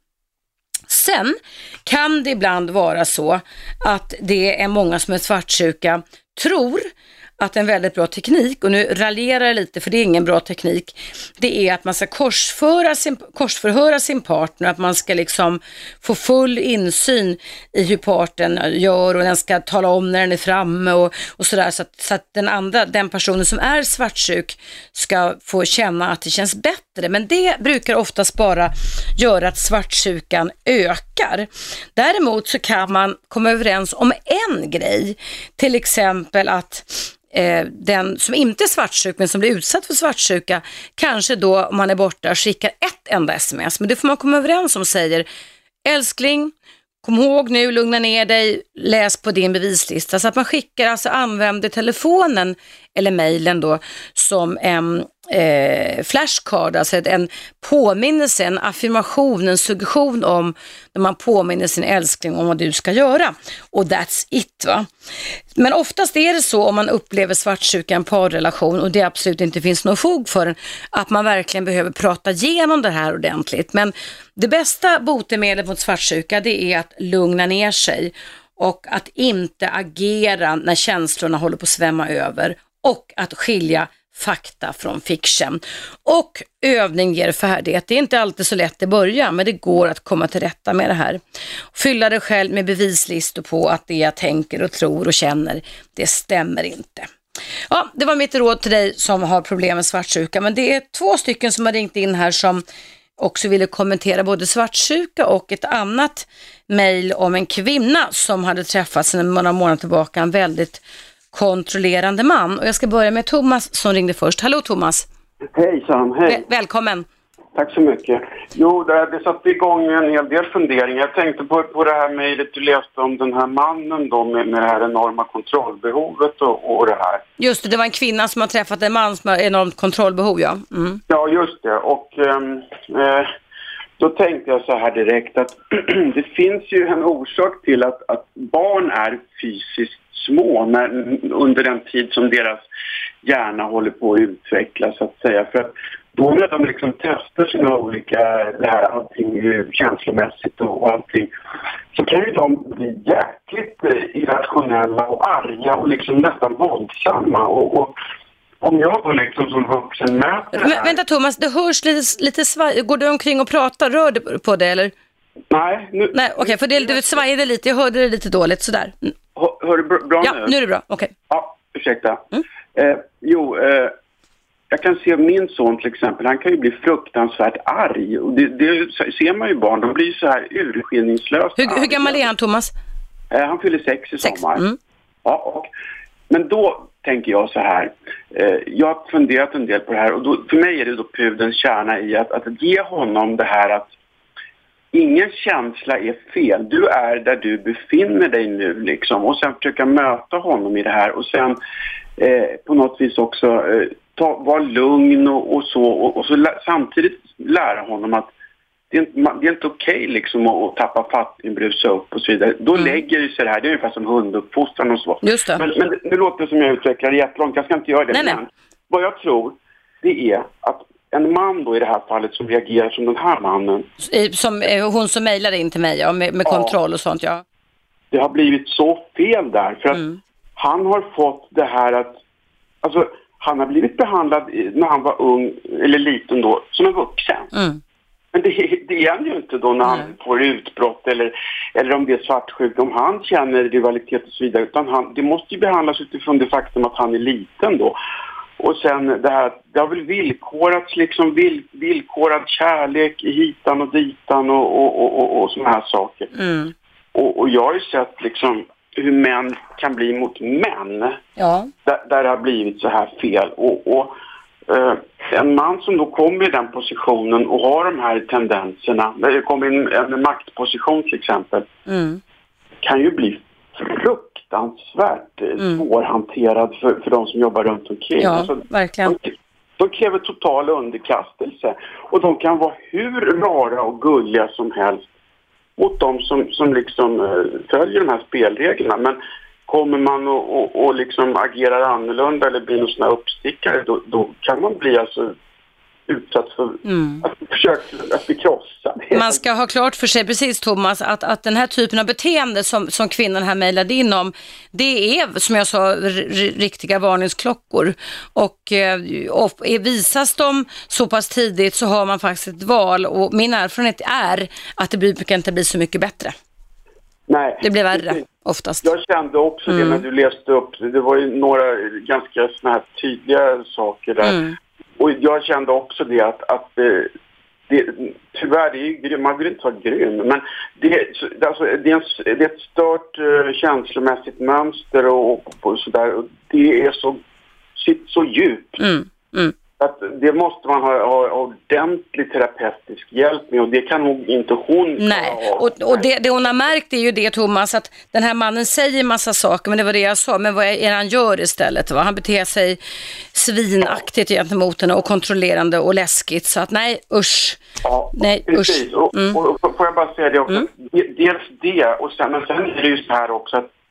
Sen kan det ibland vara så att det är många som är svartsjuka tror att en väldigt bra teknik, och nu raljerar jag lite för det är ingen bra teknik, det är att man ska korsföra sin, korsförhöra sin partner, att man ska liksom få full insyn i hur partnern gör och den ska tala om när den är framme och, och sådär, så att, så att den andra, den personen som är svartsjuk ska få känna att det känns bättre, men det brukar oftast bara göra att svartsjukan ökar. Däremot så kan man komma överens om en grej, till exempel att Eh, den som inte är svartsjuk men som blir utsatt för svartsjuka kanske då, om man är borta, skickar ett enda sms, men det får man komma överens om och säger: älskling, kom ihåg nu, lugna ner dig, läs på din bevislista, så att man skickar, alltså använder telefonen eller mejlen då som en eh, flashcard, alltså en påminnelse, en affirmation, en suggestion om när man påminner sin älskling om vad du ska göra. Och that's it, va? Men oftast är det så, om man upplever svartsjuka i en parrelation och det absolut inte finns någon fog för den, att man verkligen behöver prata igenom det här ordentligt. Men det bästa botemedlet mot svartsjuka, det är att lugna ner sig och att inte agera när känslorna håller på att svämma över, och att skilja fakta från fiction. Och övning ger färdighet. Det är inte alltid så lätt i början, men det går att komma till rätta med det här. Fylla dig själv med bevislistor på att det jag tänker och tror och känner, det stämmer inte. Ja, det var mitt råd till dig som har problem med svartsjuka, men det är två stycken som har ringt in här som också ville kommentera både svartsjuka och ett annat mejl om en kvinna som hade träffats sedan några månader tillbaka, en väldigt kontrollerande man. Och jag ska börja med Thomas som ringde först. Hallå Thomas. Hejsan, hej. Väl- välkommen. Tack så mycket. Jo, det, det satte igång en hel del funderingar. Jag tänkte på, på det här mejlet du läste om den här mannen då med, med det här enorma kontrollbehovet och, och det här. Just det, det var en kvinna som har träffat en man som har enormt kontrollbehov, ja. Mm. Ja, just det. Och ähm, äh, då tänkte jag så här direkt att det finns ju en orsak till att, att barn är fysiskt små när, under den tid som deras hjärna håller på att utvecklas, så att säga. För att då när de liksom testar sina olika, det här, allting känslomässigt och allting, så kan ju de bli jäkligt irrationella och arga och liksom nästan våldsamma. Och, och om jag då liksom som vuxen möter det här. Men, vänta Thomas, det hörs lite, lite svaj. Går du omkring och pratar? Rör du på det eller? Nej. Nu, Nej, okej, okay, för det, du svajade lite. Jag hörde det lite dåligt, sådär. Mm. Hör, hör du bra, bra ja, nu? Ja, nu är det bra, okej. Okay. Ja, ursäkta. Mm. Eh, jo, eh, jag kan se min son till exempel, han kan ju bli fruktansvärt arg. Och det, det ser man ju barn, de blir så här urskillningslöst Hur, hur gammal är han, Thomas? Eh, han fyller sex i sex. sommar. Mm. Ja, och, men då tänker jag så här, eh, jag har funderat en del på det här och då, för mig är det då pudelns kärna i att, att ge honom det här att ingen känsla är fel. Du är där du befinner dig nu liksom. Och sen försöka möta honom i det här. Och sen eh, på något vis också eh, ta, vara lugn och, och så. Och, och så lä- samtidigt lära honom att det är inte, det är inte okej liksom att, att tappa fattning, brusa upp och så vidare. Då mm. lägger det sig det här. Det är ungefär som hunduppfostran och så. Just det. Men, men nu låter det som jag utvecklar jättelångt. Jag ska inte göra det. Nej, nej. Vad jag tror, det är att en man då i det här fallet som reagerar som den här mannen. Som eh, hon som mejlade in till mig, ja, med, med ja. kontroll och sånt, ja. Det har blivit så fel där. För att mm. han har fått det här att... Alltså, han har blivit behandlad när han var ung, eller liten då, som en vuxen. Mm. Men det, det är han ju inte då när han mm. får utbrott eller, eller om det är svartsjukdom. Han känner rivalitet och så vidare. Utan han, det måste ju behandlas utifrån det faktum att han är liten då. Och sen det här, det har väl villkorats liksom vill, villkorad kärlek i hitan och ditan och, och, och, och, och såna här saker. Mm. Och, och jag har ju sett liksom hur män kan bli mot män. Ja. Där, där det har blivit så här fel. Och, och eh, en man som då kommer i den positionen och har de här tendenserna, när det kommer in en maktposition till exempel, mm. kan ju bli fruktansvärt mm. svårhanterad för, för de som jobbar runt omkring. Ja, alltså, verkligen. De, de kräver total underkastelse. Och de kan vara hur rara och gulliga som helst mot de som, som liksom uh, följer de här spelreglerna. Men kommer man och, och, och liksom agerar annorlunda eller blir någon sån här uppstickare, då, då kan man bli alltså utsatt för mm. att försöka att bli krossad. Man ska ha klart för sig, precis Thomas, att, att den här typen av beteende som, som kvinnan här mejlade in om, det är som jag sa r- riktiga varningsklockor. Och, eh, och visas de så pass tidigt så har man faktiskt ett val, och min erfarenhet är att det brukar inte bli så mycket bättre. Nej. Det blir värre oftast. Jag kände också mm. det när du läste upp. Det var ju några ganska såna här tydliga saker där. Mm. Och jag kände också det att, att det, det, tyvärr, det är ju, man vill inte vara grym, men det, alltså, det, är, en, det är ett stört uh, känslomässigt mönster och, och, och sådär. Och det är så, så djupt. Mm. Mm. Att det måste man ha, ha ordentlig terapeutisk hjälp med, och det kan nog inte hon. Nej, och, och det, det hon har märkt är ju det, Thomas, att den här mannen säger massa saker, men det var det jag sa, men vad är det han gör istället? Va? Han beter sig svinaktigt gentemot henne och kontrollerande och läskigt, så att nej, usch. Ja, nej, precis. Usch. Och, mm. och, och får jag bara säga det också, mm. dels det, och sen, men sen är det ju så här också att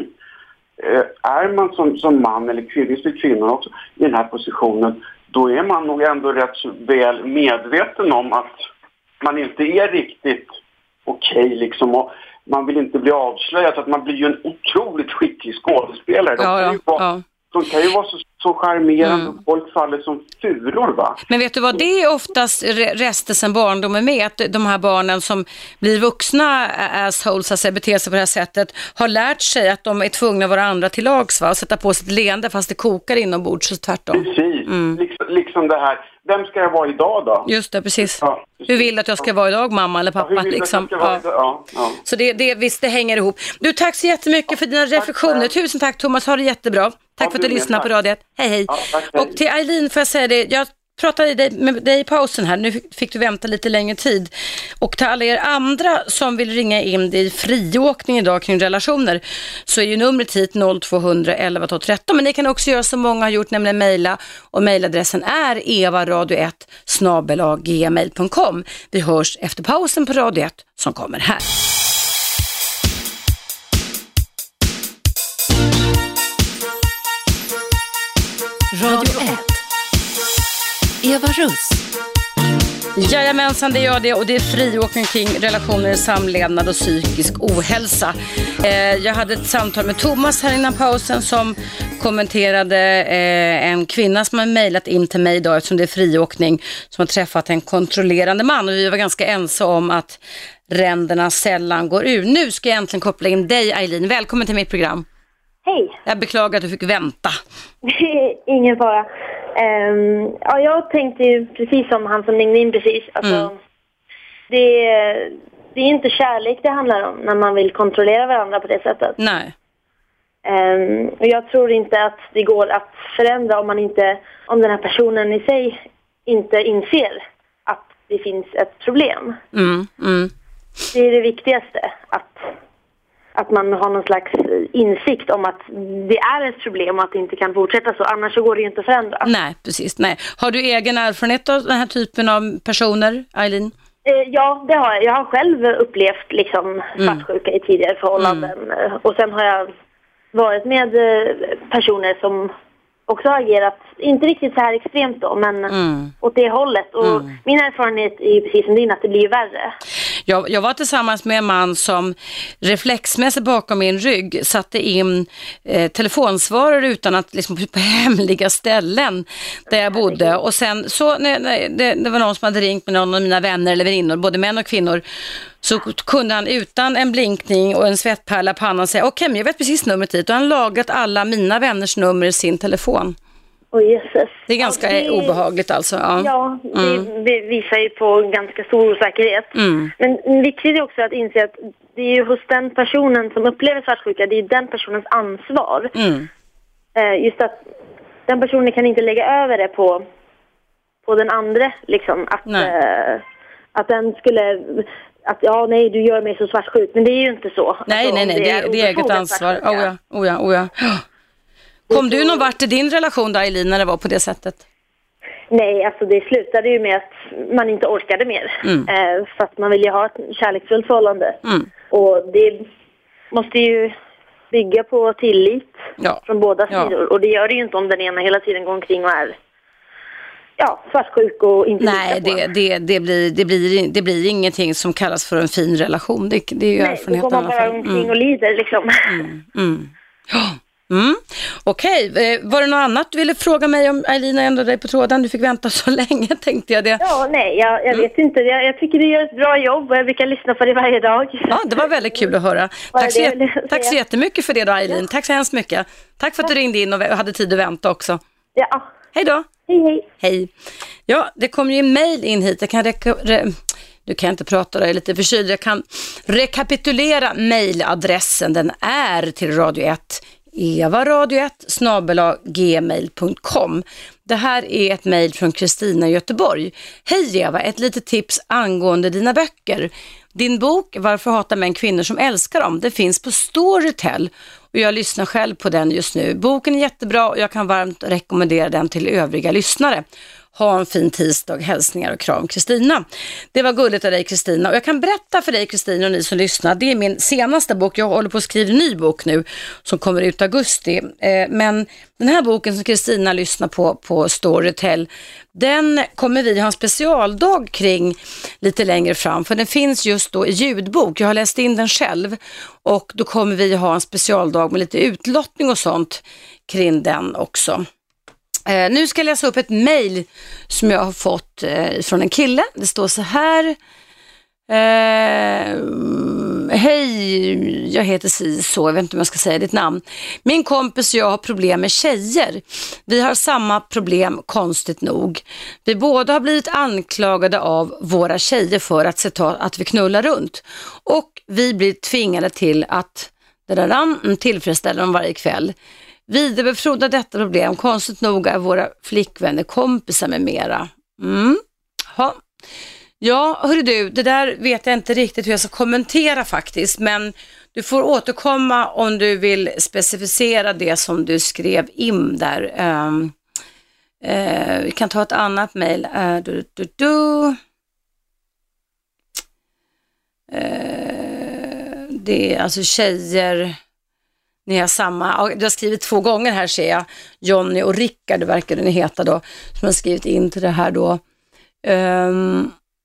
är man som, som man eller kvinnor, kvinnor också i den här positionen, då är man nog ändå rätt så väl medveten om att man inte är riktigt okej okay, liksom, och man vill inte bli avslöjad, så att man blir ju en otroligt skicklig skådespelare. Ja, de, kan ju ja, vara, ja. de kan ju vara så, så charmerande mm. och folk faller som furor, va? Men vet du vad, det är oftast rester sen barndomen med, att de här barnen som blir vuxna assholes, alltså beter sig på det här sättet, har lärt sig att de är tvungna att vara andra till lags, va? Och sätta på sitt leende fast det kokar inombords, så tvärtom. Precis, mm. liksom, liksom det här, vem ska jag vara idag då? Just det, precis. Ja, precis. Hur vill du att jag ska vara idag, mamma eller pappa? Ja, hur vill liksom? jag ja. Ja, ja. Så det, det, visst, det hänger ihop. Du, tack så jättemycket för dina tack, reflektioner. Tack. Tusen tack, Thomas, ha det jättebra. Tack ja, för att du lyssnar på radiet. Hej, hej. Ja, tack, hej. Och till Eileen får jag säga det, jag pratade med dig i pausen här, nu fick du vänta lite längre tid. Och till alla er andra som vill ringa in i friåkning idag kring relationer, så är ju numret hit noll två hundra elva tolv tretton, men ni kan också göra som många har gjort, nämligen mejla, och mejladressen är evaradio ett snabel-a gmail punkt com. Vi hörs efter pausen på Radio ett som kommer här. Radio ett. Eva Russ. Jajamensan, det är jag det, och det är friåkning kring relationer, samlevnad och psykisk ohälsa. Eh, jag hade ett samtal med Thomas här innan pausen som kommenterade eh, en kvinna som har mejlat in till mig idag eftersom det är friåkning, som har träffat en kontrollerande man, och vi var ganska ense om att ränderna sällan går ur. Nu ska jag äntligen koppla in dig, Eileen. Välkommen till mitt program. Hej. Jag beklagar att du fick vänta. Ingen fara. Um, ja, jag tänkte ju precis som han som ringde in precis. Alltså, mm. det, det är inte kärlek det handlar om när man vill kontrollera varandra på det sättet. Nej. Um, och jag tror inte att det går att förändra om man inte, om den här personen i sig inte inser att det finns ett problem. Mm, mm. Det är det viktigaste, att att man har någon slags insikt om att det är ett problem och att det inte kan fortsätta så. Annars så går det ju inte att förändra. Nej, precis. Nej. Har du egen erfarenhet av den här typen av personer, Eileen? Eh, ja, det har jag. Jag har själv upplevt liksom svartsjuka mm. i tidigare förhållanden. Mm. Och sen har jag varit med personer som också har agerat, inte riktigt så här extremt då, men mm. åt det hållet. Och mm. min erfarenhet är ju precis som din, att det blir värre. Jag, jag var tillsammans med en man som reflexmässigt bakom min rygg satte in eh, telefonsvarare utan att liksom på hemliga ställen där jag bodde. Och sen så när, när det, det var någon som hade ringt med någon av mina vänner eller väninnor, både män och kvinnor, så kunde han utan en blinkning och en svettpärla på pannan säga okej, men jag vet precis numret hit. Och han lagrat alla mina vänners nummer i sin telefon. Oh, Jesus. Det är ganska ja, det, obehagligt alltså. Ja, ja det, mm. det visar ju på ganska stor osäkerhet. Mm. Men viktigt är också att inse att det är ju hos den personen som upplever svartsjuka, det är den personens ansvar. Mm. Eh, just att den personen kan inte lägga över det på, på den andra. Liksom, att, eh, att den skulle... Att ja, nej, du gör mig så svartsjuk. Men det är ju inte så. Nej, alltså, nej, nej, det är, det är eget ansvar. Oh ja, oh ja, oh ja. Kom du någon vart i din relation då, Eileen, när det var på det sättet? Nej, alltså det slutade ju med att man inte orkade mer. Mm. Eh, för att man vill ju ha ett kärleksfullt förhållande. Mm. Och det måste ju bygga på tillit ja. från båda sidor. Ja. Och det gör det ju inte om den ena hela tiden går omkring och är ja, svartsjuk och inte nej, det, det, det, blir, det, blir, det blir ingenting som kallas för en fin relation. Det, det är ju nej, då går man bara omkring mm. och lider liksom. Mm. Mm. Ja. Mm. Okej, okay. Var det något annat du ville fråga mig om, Eileen, ändå dig på tråden? Du fick vänta så länge, tänkte jag det. Ja, nej, jag, jag mm. vet inte. Jag, jag tycker du gör ett bra jobb och jag brukar lyssna på det varje dag. Ja, det var väldigt kul att höra. Tack så, tack så jättemycket för det då, Eileen. Ja. Tack så hemskt mycket. Tack för att du ringde in och hade tid att vänta också. Ja. Hej då. Hej, hej. Hej. Ja, det kom ju en mejl in hit. Jag kan reka- re- du kan inte prata, jag är lite förkyld. Jag kan rekapitulera mejladressen. Den är till Radio ett. eva radio ett snabel-a gmail punkt com. Det här är ett mejl från Kristina i Göteborg. Hej Eva, ett litet tips angående dina böcker. Din bok Varför hatar män kvinnor som älskar dem, det finns på Storytel och jag lyssnar själv på den just nu. Boken är jättebra och jag kan varmt rekommendera den till övriga lyssnare. Ha en fin tisdag, hälsningar och kram Kristina. Det var gulligt av dig Kristina, och jag kan berätta för dig Kristina och ni som lyssnar, det är min senaste bok. Jag håller på att skriva en ny bok nu som kommer ut i augusti, eh, men den här boken som Kristina lyssnar på på Storytel, den kommer vi ha en specialdag kring lite längre fram, för den finns just då i ljudbok. Jag har läst in den själv och då kommer vi ha en specialdag med lite utlottning och sånt kring den också. Eh, nu ska jag läsa upp ett mejl som jag har fått eh, från en kille. Det står så här. Eh, Hej, jag heter Siso. Jag vet inte om jag ska säga ditt namn. Min kompis och jag har problem med tjejer. Vi har samma problem, konstigt nog. Vi båda har blivit anklagade av våra tjejer för att, citat, att vi knullar runt. Och vi blir tvingade till att det där tillfredsställa dem varje kväll. Vidarebefordra detta problem. Konstigt nog är våra flickvänner kompisar med mera. Mm. Ha. Ja, hörru du, det där vet jag inte riktigt hur jag ska kommentera faktiskt, men du får återkomma om du vill specificera det som du skrev in där. Um, uh, vi kan ta ett annat mejl. Uh, du, du, du. Uh, det är alltså tjejer... Ni har samma, du har skrivit två gånger här ser jag, Jonny och Rickard, det verkar ni heta då, som har skrivit in till det här då. Um,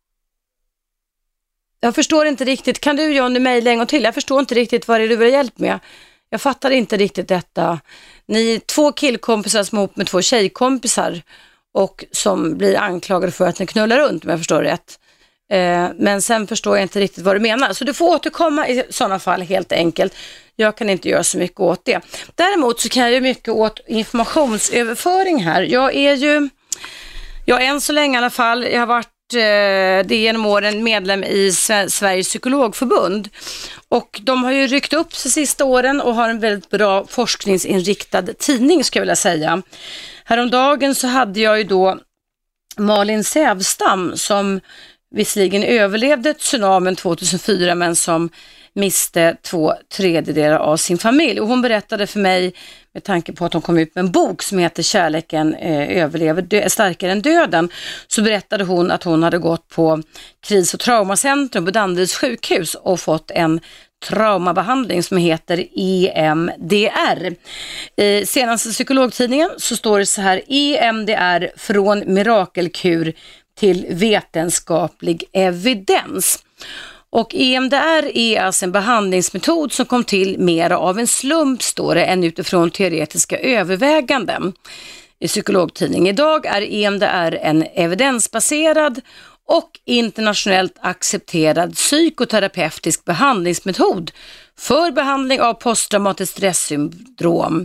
Jag förstår inte riktigt. Kan du, Johnny, mejla en gång till? Jag förstår inte riktigt vad det är du vill ha hjälp med. Jag fattar inte riktigt detta. Ni är två killkompisar som är ihop med två tjejkompisar och som blir anklagade för att ni knullar runt, om jag förstår rätt. Eh, men sen förstår jag inte riktigt vad du menar. Så du får återkomma i sådana fall helt enkelt. Jag kan inte göra så mycket åt det. Däremot så kan jag göra mycket åt informationsöverföring här. Jag är ju, jag än så länge i alla fall, jag har varit det genom åren medlem i Sveriges psykologförbund och de har ju ryckt upp sig sista åren och har en väldigt bra forskningsinriktad tidning, ska jag vilja säga. Häromdagen så hade jag ju då Malin Sävstam som visserligen överlevde tsunamin tjugohundrafyra men som miste två tredjedelar av sin familj. Och hon berättade för mig, med tanke på att hon kom ut med en bok som heter Kärleken eh, överlever dö- starkare än döden, så berättade hon att hon hade gått på kris- och traumacentrum på Danderyds sjukhus och fått en traumabehandling som heter E M D R. I senaste psykologtidningen så står det så här: E M D R från mirakelkur till vetenskaplig evidens. Och E M D R är alltså en behandlingsmetod som kom till mer av en slump, står det, än utifrån teoretiska överväganden i psykologtidning. Idag är E M D R en evidensbaserad och internationellt accepterad psykoterapeutisk behandlingsmetod för behandling av posttraumatiskt stresssyndrom.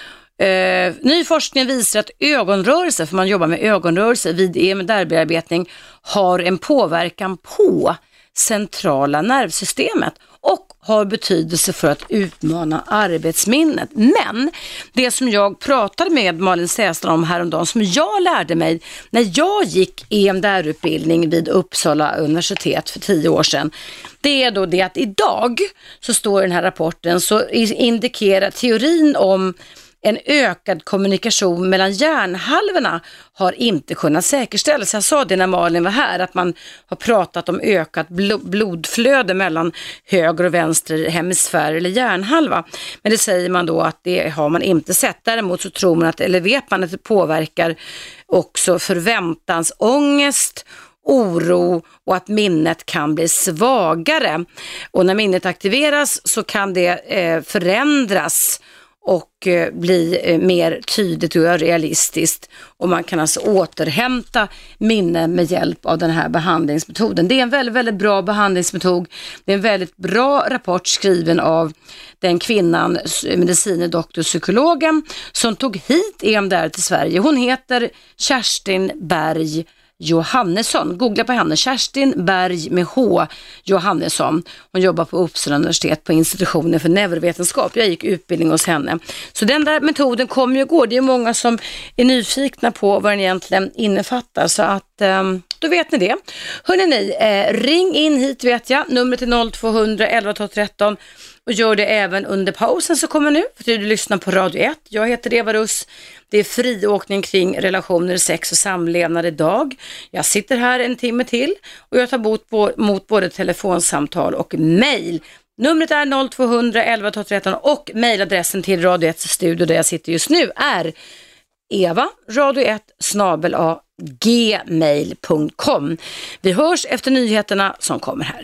Uh, ny forskning visar att ögonrörelse, för man jobbar med ögonrörelse vid E M D R-bearbetning, har en påverkan på centrala nervsystemet och har betydelse för att utmana arbetsminnet. Men det som jag pratade med Malin Sävstam om häromdagen, som jag lärde mig när jag gick E M D R-utbildning vid Uppsala universitet för tio år sedan, det är då det att idag så står i den här rapporten så indikerar teorin om en ökad kommunikation mellan hjärnhalvorna har inte kunnat säkerställas. Jag sa det när Malin var här, att man har pratat om ökat bl- blodflöde mellan höger och vänster hemisfär eller hjärnhalva. Men det säger man då att det har man inte sett. Däremot så tror man att, eller vet man att det påverkar också förväntansångest, oro och att minnet kan bli svagare. Och när minnet aktiveras så kan det eh, förändras och eh, bli eh, mer tydligt och realistiskt, och man kan alltså återhämta minne med hjälp av den här behandlingsmetoden. Det är en väldigt, väldigt bra behandlingsmetod. Det är en väldigt bra rapport skriven av den kvinnan, medicinedoktor, psykologen, som tog hit E M D R till Sverige. Hon heter Kerstin Berg Johannesson. Googla på henne, Kerstin Berg med H Johannesson. Hon jobbar på Uppsala universitet på institutionen för neurovetenskap. Jag gick utbildning hos henne. Så den där metoden kommer ju gå. Det är många som är nyfikna på vad den egentligen innefattar. Så att um, då vet ni det. Hörrni ni, eh, ring in hit vet jag. Numret är noll två hundra elva tolv tretton. Och gör det även under pausen så kommer nu. För du lyssnar på Radio ett. Jag heter Eva Russ. Det är friåkning kring relationer, sex och samlevnad idag. Jag sitter här en timme till och jag tar bort på, mot både telefonsamtal och mejl. Numret är noll två hundra elva tolv tretton och mejladressen till Radio ett studio där jag sitter just nu är eva radio ett snabel a gmail punkt com. Vi hörs efter nyheterna som kommer här.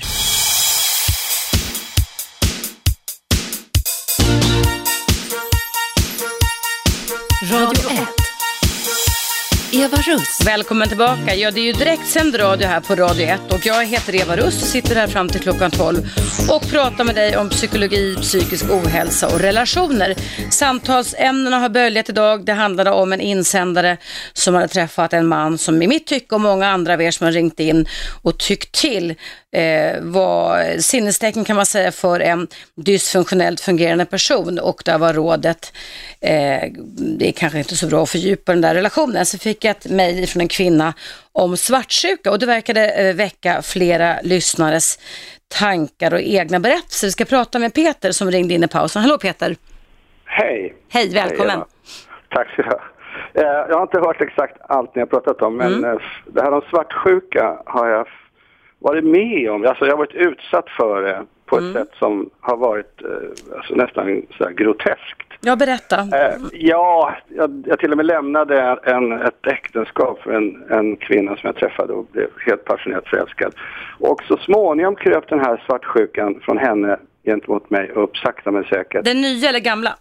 Radio ett. Eva Russ. Välkommen tillbaka. Ja, det är ju direktsänd radio här på Radio ett och jag heter Eva Russ och sitter här fram till klockan tolv och pratar med dig om psykologi, psykisk ohälsa och relationer. Samtalsämnena har böljat idag. Det handlade om en insändare som hade träffat en man som i mitt tycke och många andra av er som har ringt in och tyckt till eh, var sinnestecken kan man säga för en dysfunktionellt fungerande person, och där var rådet eh, det är kanske inte så bra att fördjupa den där relationen. Så fick jag ett mejl från en kvinna om svartsjuka och det verkade eh, väcka flera lyssnares tankar och egna berättelser. Vi ska prata med Peter som ringde in i pausen. Hallå Peter. Hej. Hej, välkommen. Hej, tack så mycket. Jag har inte hört exakt allt ni har pratat om, men mm. det här om svartsjuka har jag varit med om. Alltså jag har varit utsatt för det på ett Mm. sätt som har varit eh, alltså nästan så här groteskt. Ja, berätta. Eh, ja, jag, jag till och med lämnade en, ett äktenskap för en, en kvinna som jag träffade och blev helt passionerat förälskad. Och så småningom kröp den här svartsjukan från henne gentemot mig upp sakta men säkert. Den nya eller gamla?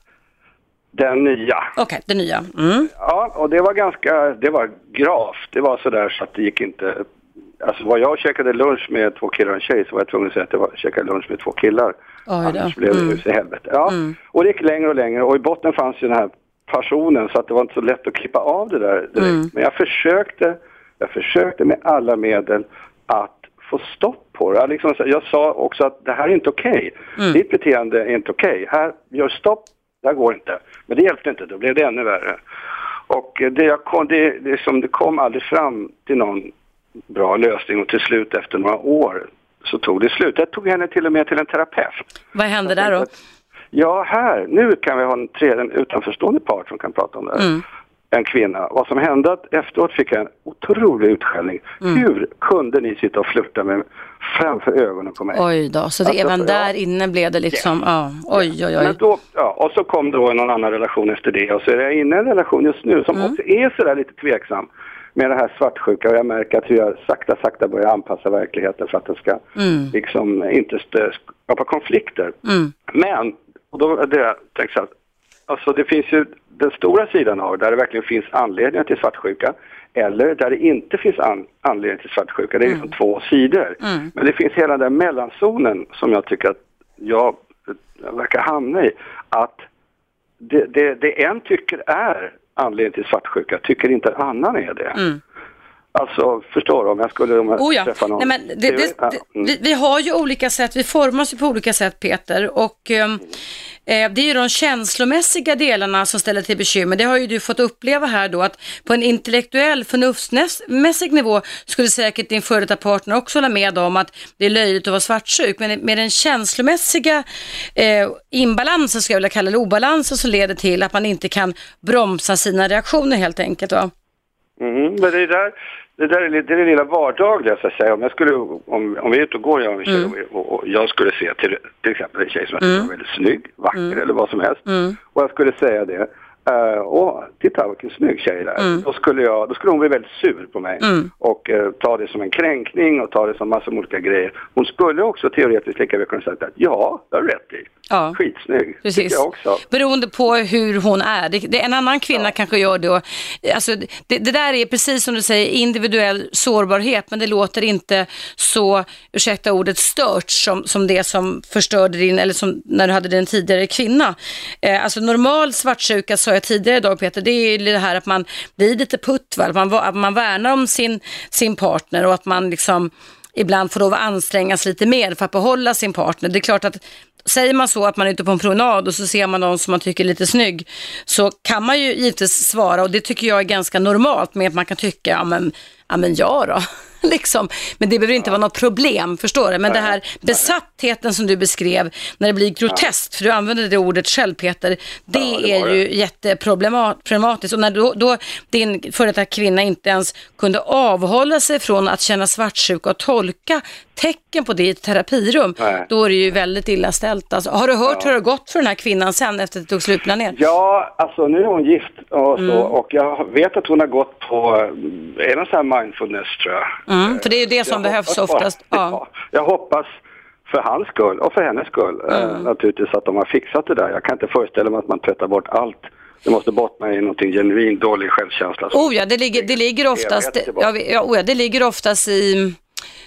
Den nya. Okej, okay, den nya. Mm. Ja, och det var ganska, det var gravt. Det var så där så att det gick inte. Alltså vad jag käkade lunch med två killar och en tjej, så var jag tvungen att säga att det var käkade lunch med två killar. Oj då. Annars blev det Mm. hus i helvete. Ja, Mm. och det gick längre och längre. Och i botten fanns ju den här passionen, så att det var inte så lätt att klippa av det där direkt. Mm. Men jag försökte, jag försökte med alla medel att få stopp på det. Jag, liksom, jag sa också att det här är inte okej. Mm. Ditt beteende är inte okej. Här, gör stopp, det här går inte. Men det hjälpte inte, då blev det ännu värre. Och det, jag kom, det, det, som det kom aldrig fram till någon bra lösning, och till slut efter några år så tog det slut. Jag tog henne till och med till en terapeut. Vad hände där då? Att, ja, här, nu kan vi ha en tredje, en utanförstående part som kan prata om det här. Mm. En kvinna. Vad som hände att efteråt fick jag en otrolig utskällning. Mm. Hur kunde ni sitta och flirta med framför ögonen på mig? Oj då, så det Alltså, även ja. där inne blev det liksom, ja, oj oj oj. Men då, ja, och så kom då någon annan relation efter det, och så är jag inne i en relation just nu som Mm. också är sådär lite tveksam med det här svartsjuka, och jag märker att jag sakta sakta börjar anpassa verkligheten för att det ska Mm. liksom inte st- skapa konflikter. Mm. Men, och då är det tänkt så att alltså det finns ju den stora sidan av där det verkligen finns anledningar till svartsjuka, eller där det inte finns an- anledning till svartsjuka. Det är liksom Mm. två sidor. Mm. Men det finns hela den mellanzonen som jag tycker att jag, jag verkar hamna i. Att det, det, det en tycker är anledning till svartsjuka tycker inte en annan är det. Mm. Alltså, förstår du, om jag skulle om jag Oh ja. träffa någon... Nej, men det, det, Ja, det, mm. vi, vi har ju olika sätt, vi formas ju på olika sätt, Peter, och ehm, eh, det är ju de känslomässiga delarna som ställer till bekymmer. Det har ju du fått uppleva här då, att på en intellektuell, förnuftsmässig nivå skulle säkert din före detta partner också hålla med om att det är löjligt att vara svartsjuk, men med den känslomässiga eh, imbalansen, ska jag vilja kalla det, obalansen, som leder till att man inte kan bromsa sina reaktioner helt enkelt, va? Mm, men det där, det där är det, är det lilla vardagliga, så att säga. Om jag skulle, om, om vi är ute och går, jag och en tjej, Mm. och, och jag skulle se till, till exempel en tjej som jag tycker Mm. var väldigt snygg, vacker Mm. eller vad som helst. Mm. Och jag skulle säga det. Uh, åh, titta vilken snygg tjej där. Mm. Då, skulle jag, då skulle hon bli väldigt sur på mig. Mm. Och uh, ta det som en kränkning och ta det som massa olika grejer. Hon skulle också teoretiskt lika väl kunna säga att ja, det har rätt i. Ja. Skitsnygg. Precis. Tycker jag också. Beroende på hur hon är. Det, det, en annan kvinna Ja. kanske gör det. Och, alltså, det. Det där är precis som du säger, individuell sårbarhet, men det låter inte så, ursäkta ordet, stört som, som det som förstörde din, eller som när du hade din tidigare kvinna. Eh, alltså normal svartsjuka, sa jag tidigare idag, Peter, det är det här att man blir lite putt, va? Att man, att man värnar om sin, sin partner, och att man liksom ibland får lov att anstränga sig lite mer för att behålla sin partner. Det är klart att säger man så att man är ute på en promenad och så ser man någon som man tycker är lite snygg, så kan man ju givetvis svara, och det tycker jag är ganska normalt, med att man kan tycka, ja men ja, men ja då. Liksom. Men det behöver inte vara något problem, förstår du? Men det här besattheten som du beskrev, när det blir groteskt, för du använder det ordet själv, Peter, det, Ja, det var är ju jätteproblematiskt. Och när då, då din före detta kvinna inte ens kunde avhålla sig från att känna svartsjuka och tolka tecken på det i ett terapirum, Nej. då är det ju väldigt illa ställt. Alltså, har du hört Ja. hur det har gått för den här kvinnan sen efter att det tog slut ner? Ja, alltså nu är hon gift och, så, Mm. och jag vet att hon har gått på eh, en sån här mindfulness, tror jag. Mm, för det är ju det som Jag behövs hoppas oftast. bara- Ja. ja, jag hoppas för hans skull och för hennes skull eh, Mm. naturligtvis att de har fixat det där. Jag kan inte föreställa mig att man tvättar bort allt. Det måste bottna i någonting genuint dålig självkänsla. Oh ja, det ligger, det ligger oftast, ja, vi- ja, oh ja, det ligger oftast i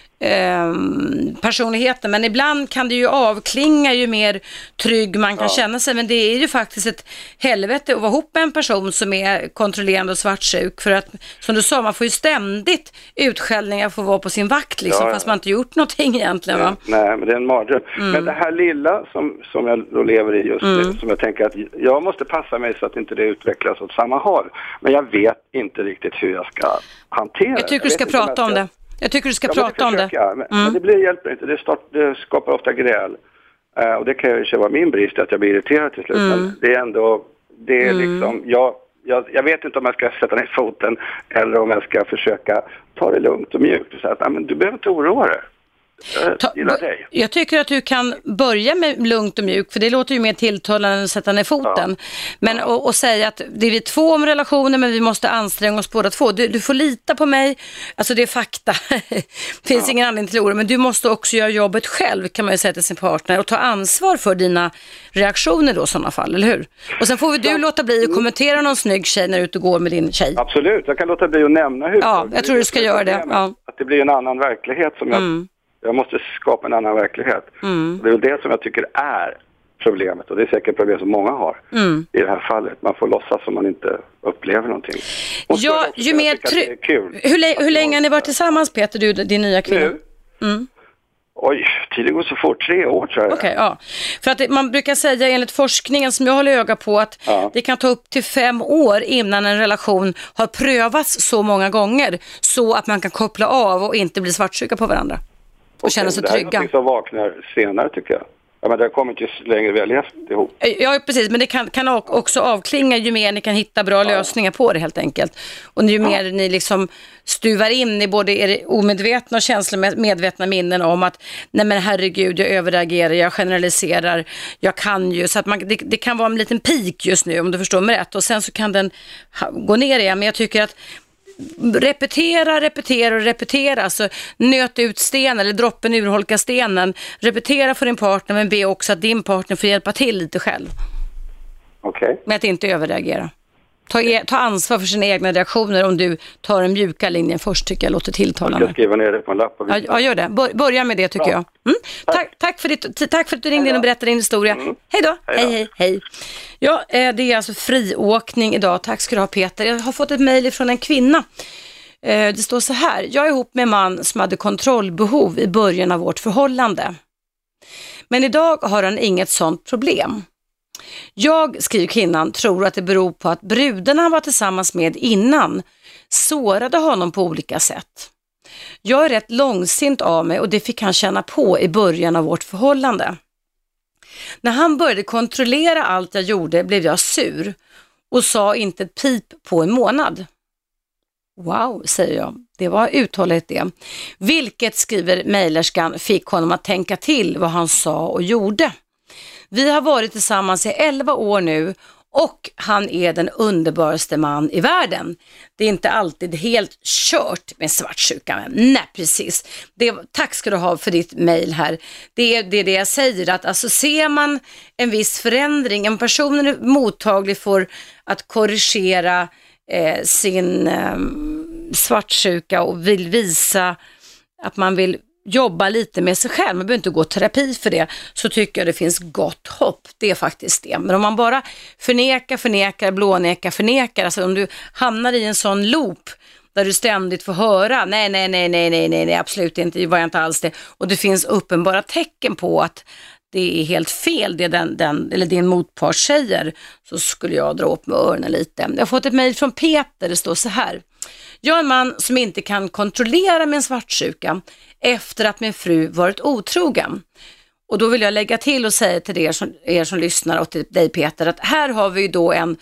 eh, personligheten, men ibland kan det ju avklinga ju mer trygg man kan Ja. känna sig, men det är ju faktiskt ett helvete att vara ihop med en person som är kontrollerande och svartsjuk, för att, som du sa, man får ju ständigt utskällningar för att vara på sin vakt liksom, Ja, ja. fast man inte gjort någonting egentligen, va? Nej, men det är en mardröm. Mm. Men det här lilla som, som jag då lever i just nu, Mm. som jag tänker att jag måste passa mig så att inte det utvecklas åt samma håll. Men jag vet inte riktigt hur jag ska hantera det. Jag tycker du vet ska inte om jag prata om ska- det. Jag tycker du ska Ja, men prata om det. försöker jag. Men, Mm. men det blir, hjälper inte. Det, start, det skapar ofta gräl. Eh, och det kan ju vara min brist att jag blir irriterad till slut. Mm. Men det är ändå, det är Mm. liksom, jag, jag, jag vet inte om jag ska sätta ner foten eller om jag ska försöka ta det lugnt och mjukt och säga att "Nej, men du behöver inte oroa dig. Jag Ta, gillar dig. Jag tycker att du kan börja med lugnt och mjuk, för det låter ju mer tilltalande än att sätta ner foten. Ja. Men och, och säga att det är vi två om relationer, men vi måste anstränga oss båda två. Du, du får lita på mig, alltså det är fakta. Det finns ja. ingen anledning till oro, men du måste också göra jobbet själv, kan man ju säga till sin partner, och ta ansvar för dina reaktioner då i sådana fall, eller hur? Och sen får vi du ja. låta bli att kommentera någon snygg tjej när du ute och går med din tjej. Absolut, jag kan låta bli att nämna hur. Ja, jag tror du ska göra det. Ja. Att det blir en annan verklighet som jag... Mm. Jag måste skapa en annan verklighet. Mm. Det är väl det som jag tycker är problemet. Och det är säkert ett problem som många har mm. i det här fallet. Man får låtsas som man inte upplever någonting. Ja, ju mer try- kul. Hur, lä- hur länge har ni varit tillsammans, Peter, du din nya kvinna? Nu? Mm. Oj, tiden går så fort. Tre år tror jag. Okej, okay, ja. För att det, man brukar säga enligt forskningen som jag håller öga på att ja. det kan ta upp till fem år innan en relation har prövats så många gånger så att man kan koppla av och inte bli svartsjuka på varandra. Och okay, känna sig trygga. Det här är något som vaknar senare, tycker jag. Ja, men det har kommit ju längre vi har levt ihop. Ja, precis. Men det kan, kan också avklinga ju mer ni kan hitta bra ja. lösningar på det, helt enkelt. Och ju mer ja. ni liksom stuvar in i både er omedvetna och känslomedvetna minnen om att nej men herregud, jag överreagerar, jag generaliserar, jag kan ju. Så att man, det, det kan vara en liten peak just nu, om du förstår mig rätt. Och sen så kan den gå ner igen. Men jag tycker att repetera, repetera och repetera, alltså nöt ut stenen eller droppen urholka stenen, repetera för din partner, men be också att din partner får hjälpa till lite själv. Okej. Okay. Med att inte överreagera. Ta, e- ta ansvar för sina egna reaktioner. Om du tar den mjuka linjen först, tycker jag låter tilltalande. Jag ska skriva ner det på en lapp. Och ja, ja, gör det. Bör, börja med det, tycker Bra. jag. Mm. Tack. Tack, tack, för ditt, tack för att du ringde in och berättade din historia. Mm. Hej då. Hej, hej, hej, hej. Ja, det är alltså friåkning idag. Tack ska du ha, Peter. Jag har fått ett mejl från en kvinna. Det står så här: jag är ihop med en man som hade kontrollbehov i början av vårt förhållande. Men idag har han inget sånt problem. Jag, skriver kvinnan, tror att det beror på att brudarna han var tillsammans med innan sårade honom på olika sätt. Jag är rätt långsint av mig och det fick han känna på i början av vårt förhållande. När han började kontrollera allt jag gjorde blev jag sur och sa inte ett pip på en månad. Wow, säger jag. Det var uthålligt det. Vilket, skriver mejlerskan, fick honom att tänka till vad han sa och gjorde. Vi har varit tillsammans i elva år nu och han är den underbaraste man i världen. Det är inte alltid helt kört med svartsjuka. Men nej, precis. Det, tack ska du ha för ditt mejl här. Det är, det är det jag säger, att alltså ser man en viss förändring, en person är mottaglig för att korrigera eh, sin eh, svartsjuka och vill visa att man vill jobba lite med sig själv, man behöver inte gå terapi för det, så tycker jag det finns gott hopp. Det är faktiskt det. Men om man bara förnekar, förnekar, blånekar, förnekar, alltså om du hamnar i en sån loop där du ständigt får höra nej, nej, nej, nej, nej, nej, nej, absolut inte, det var inte alls det, och det finns uppenbara tecken på att det är helt fel det den, den, eller din motpart säger, så skulle jag dra upp med öronen lite. Jag har fått ett mejl från Peter, det står så här: jag är en man som inte kan kontrollera min svartsjuka efter att min fru varit otrogen. Och då vill jag lägga till och säga till er som, er som lyssnar och till dig, Peter, att här har vi ju då en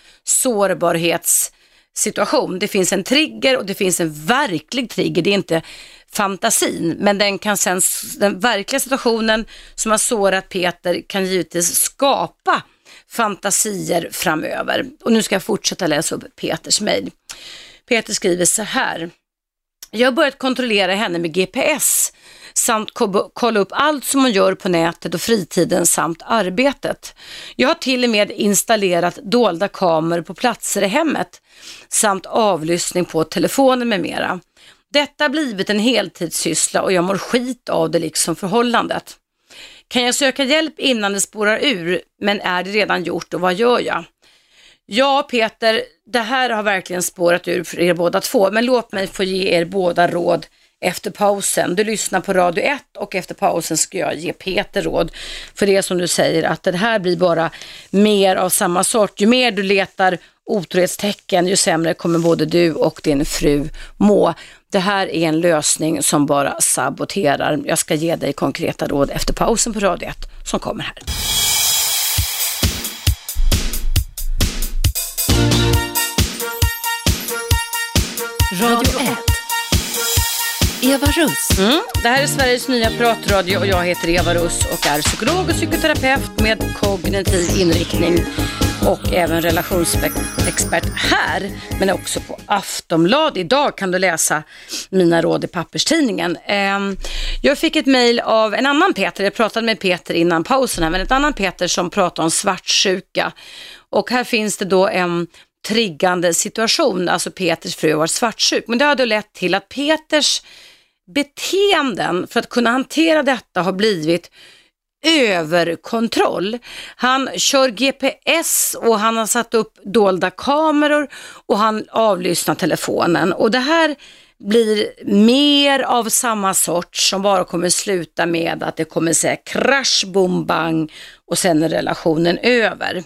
sårbarhetssituation. Det finns en trigger och det finns en verklig trigger. Det är inte fantasin, men den kan sen, den verkliga situationen som har sårat Peter kan givetvis skapa fantasier framöver. Och nu ska jag fortsätta läsa upp Peters mejl. Peter skriver så här: jag har börjat kontrollera henne med G P S samt kolla upp allt som hon gör på nätet och fritiden samt arbetet. Jag har till och med installerat dolda kameror på platser i hemmet samt avlyssning på telefonen med mera. Detta har blivit en heltidssyssla och jag mår skit av det liksom förhållandet. Kan jag söka hjälp innan det spårar ur, men är det redan gjort och vad gör jag? Ja, Peter, det här har verkligen spårat ur för er båda två, men låt mig få ge er båda råd efter pausen. Du lyssnar på Radio ett och efter pausen ska jag ge Peter råd. För det är som du säger, att det här blir bara mer av samma sort. Ju mer du letar otrohetstecken, ju sämre kommer både du och din fru må. Det här är en lösning som bara saboterar. Jag ska ge dig konkreta råd efter pausen på Radio ett som kommer här. Radio ett. Eva Russ. Mm. Det här är Sveriges nya pratradio och jag heter Eva Russ och är psykolog och psykoterapeut med kognitiv inriktning och även relationsexpert här, men också på Aftonbladet. Idag kan du läsa mina råd i papperstidningen. Jag fick ett mejl av en annan Peter, jag pratade med Peter innan pausen här, men ett annan Peter som pratar om svartsjuka. Och här finns det då en triggande situation, alltså Peters fru var svartsjuk, men det hade lett till att Peters beteenden för att kunna hantera detta har blivit överkontroll. Han kör G P S och han har satt upp dolda kameror och han avlyssnar telefonen, och det här blir mer av samma sort som bara kommer sluta med att det kommer säga krasch, bom, bang och sen är relationen över.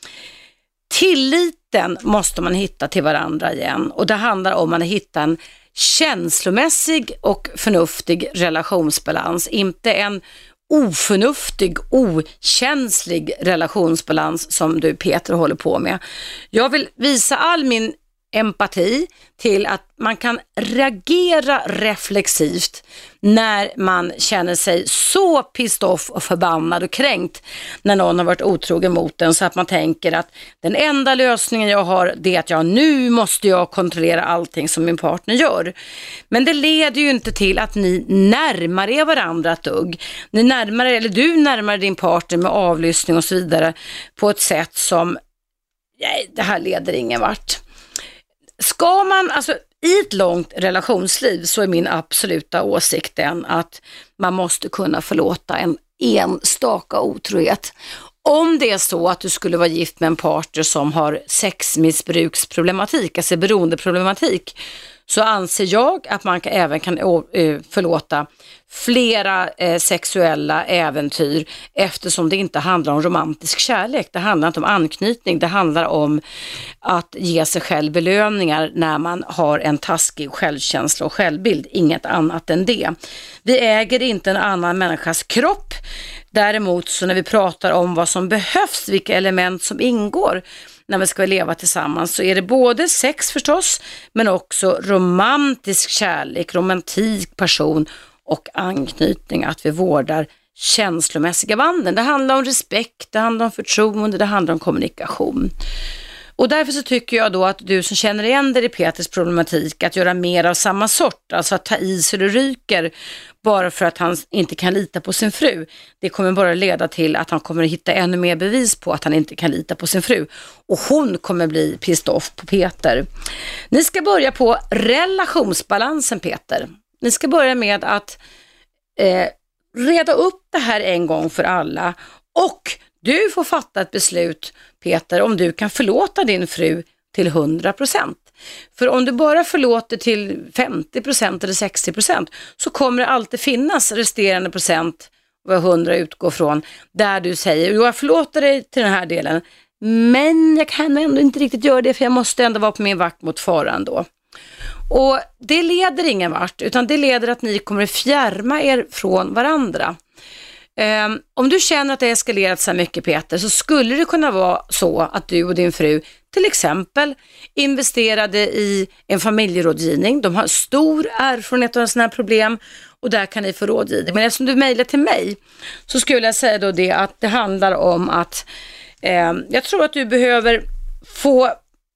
Tilliten måste man hitta till varandra igen, och det handlar om att hitta en känslomässig och förnuftig relationsbalans, inte en oförnuftig, okänslig relationsbalans som du Peter håller på med. Jag vill visa all min empati till att man kan reagera reflexivt när man känner sig så pissed off och förbannad och kränkt när någon har varit otrogen mot en, så att man tänker att den enda lösningen jag har det är att jag nu måste jag kontrollera allting som min partner gör. Men det leder ju inte till att ni närmar er varandra ett dugg. Ni närmar er, eller du närmar din partner med avlyssning och så vidare på ett sätt som, nej, det här leder ingen vart. Ska man, alltså i ett långt relationsliv så är min absoluta åsikt den att man måste kunna förlåta en enstaka otrohet. Om det är så att du skulle vara gift med en partner som har sexmissbruksproblematik, alltså beroendeproblematik, så anser jag att man kan, även kan förlåta flera eh, sexuella äventyr, eftersom det inte handlar om romantisk kärlek. Det handlar inte om anknytning, det handlar om att ge sig själv belöningar när man har en taskig självkänsla och självbild, inget annat än det. Vi äger inte en annan människas kropp. Däremot så när vi pratar om vad som behövs, vilka element som ingår när vi ska leva tillsammans, så är det både sex förstås, men också romantisk kärlek, romantik, passion och anknytning, att vi vårdar känslomässiga banden. Det handlar om respekt, det handlar om förtroende, det handlar om kommunikation. Och därför så tycker jag då att du som känner igen dig i Peters problematik, att göra mer av samma sort, alltså att ta i så det ryker bara för att han inte kan lita på sin fru, det kommer bara leda till att han kommer att hitta ännu mer bevis på att han inte kan lita på sin fru, och hon kommer bli pissed off på Peter. Ni ska börja på relationsbalansen, Peter. Ni ska börja med att eh, reda upp det här en gång för alla, och du får fatta ett beslut, Peter, om du kan förlåta din fru till hundra procent. För om du bara förlåter till femtio procent eller sextio procent så kommer det alltid finnas resterande procent, vad hundra utgår från, där du säger, jag förlåter dig till den här delen, men jag kan ändå inte riktigt göra det för jag måste ändå vara på min vakt mot faran då. Och det leder ingen vart, utan det leder att ni kommer fjärma er från varandra. Um, om du känner att det eskalerat så mycket, Peter, så skulle det kunna vara så att du och din fru till exempel investerade i en familjerådgivning. De har stor erfarenhet av sådana här problem och där kan ni få rådgivning. Men eftersom du mejlar till mig så skulle jag säga då det att det handlar om att um, jag tror att du behöver få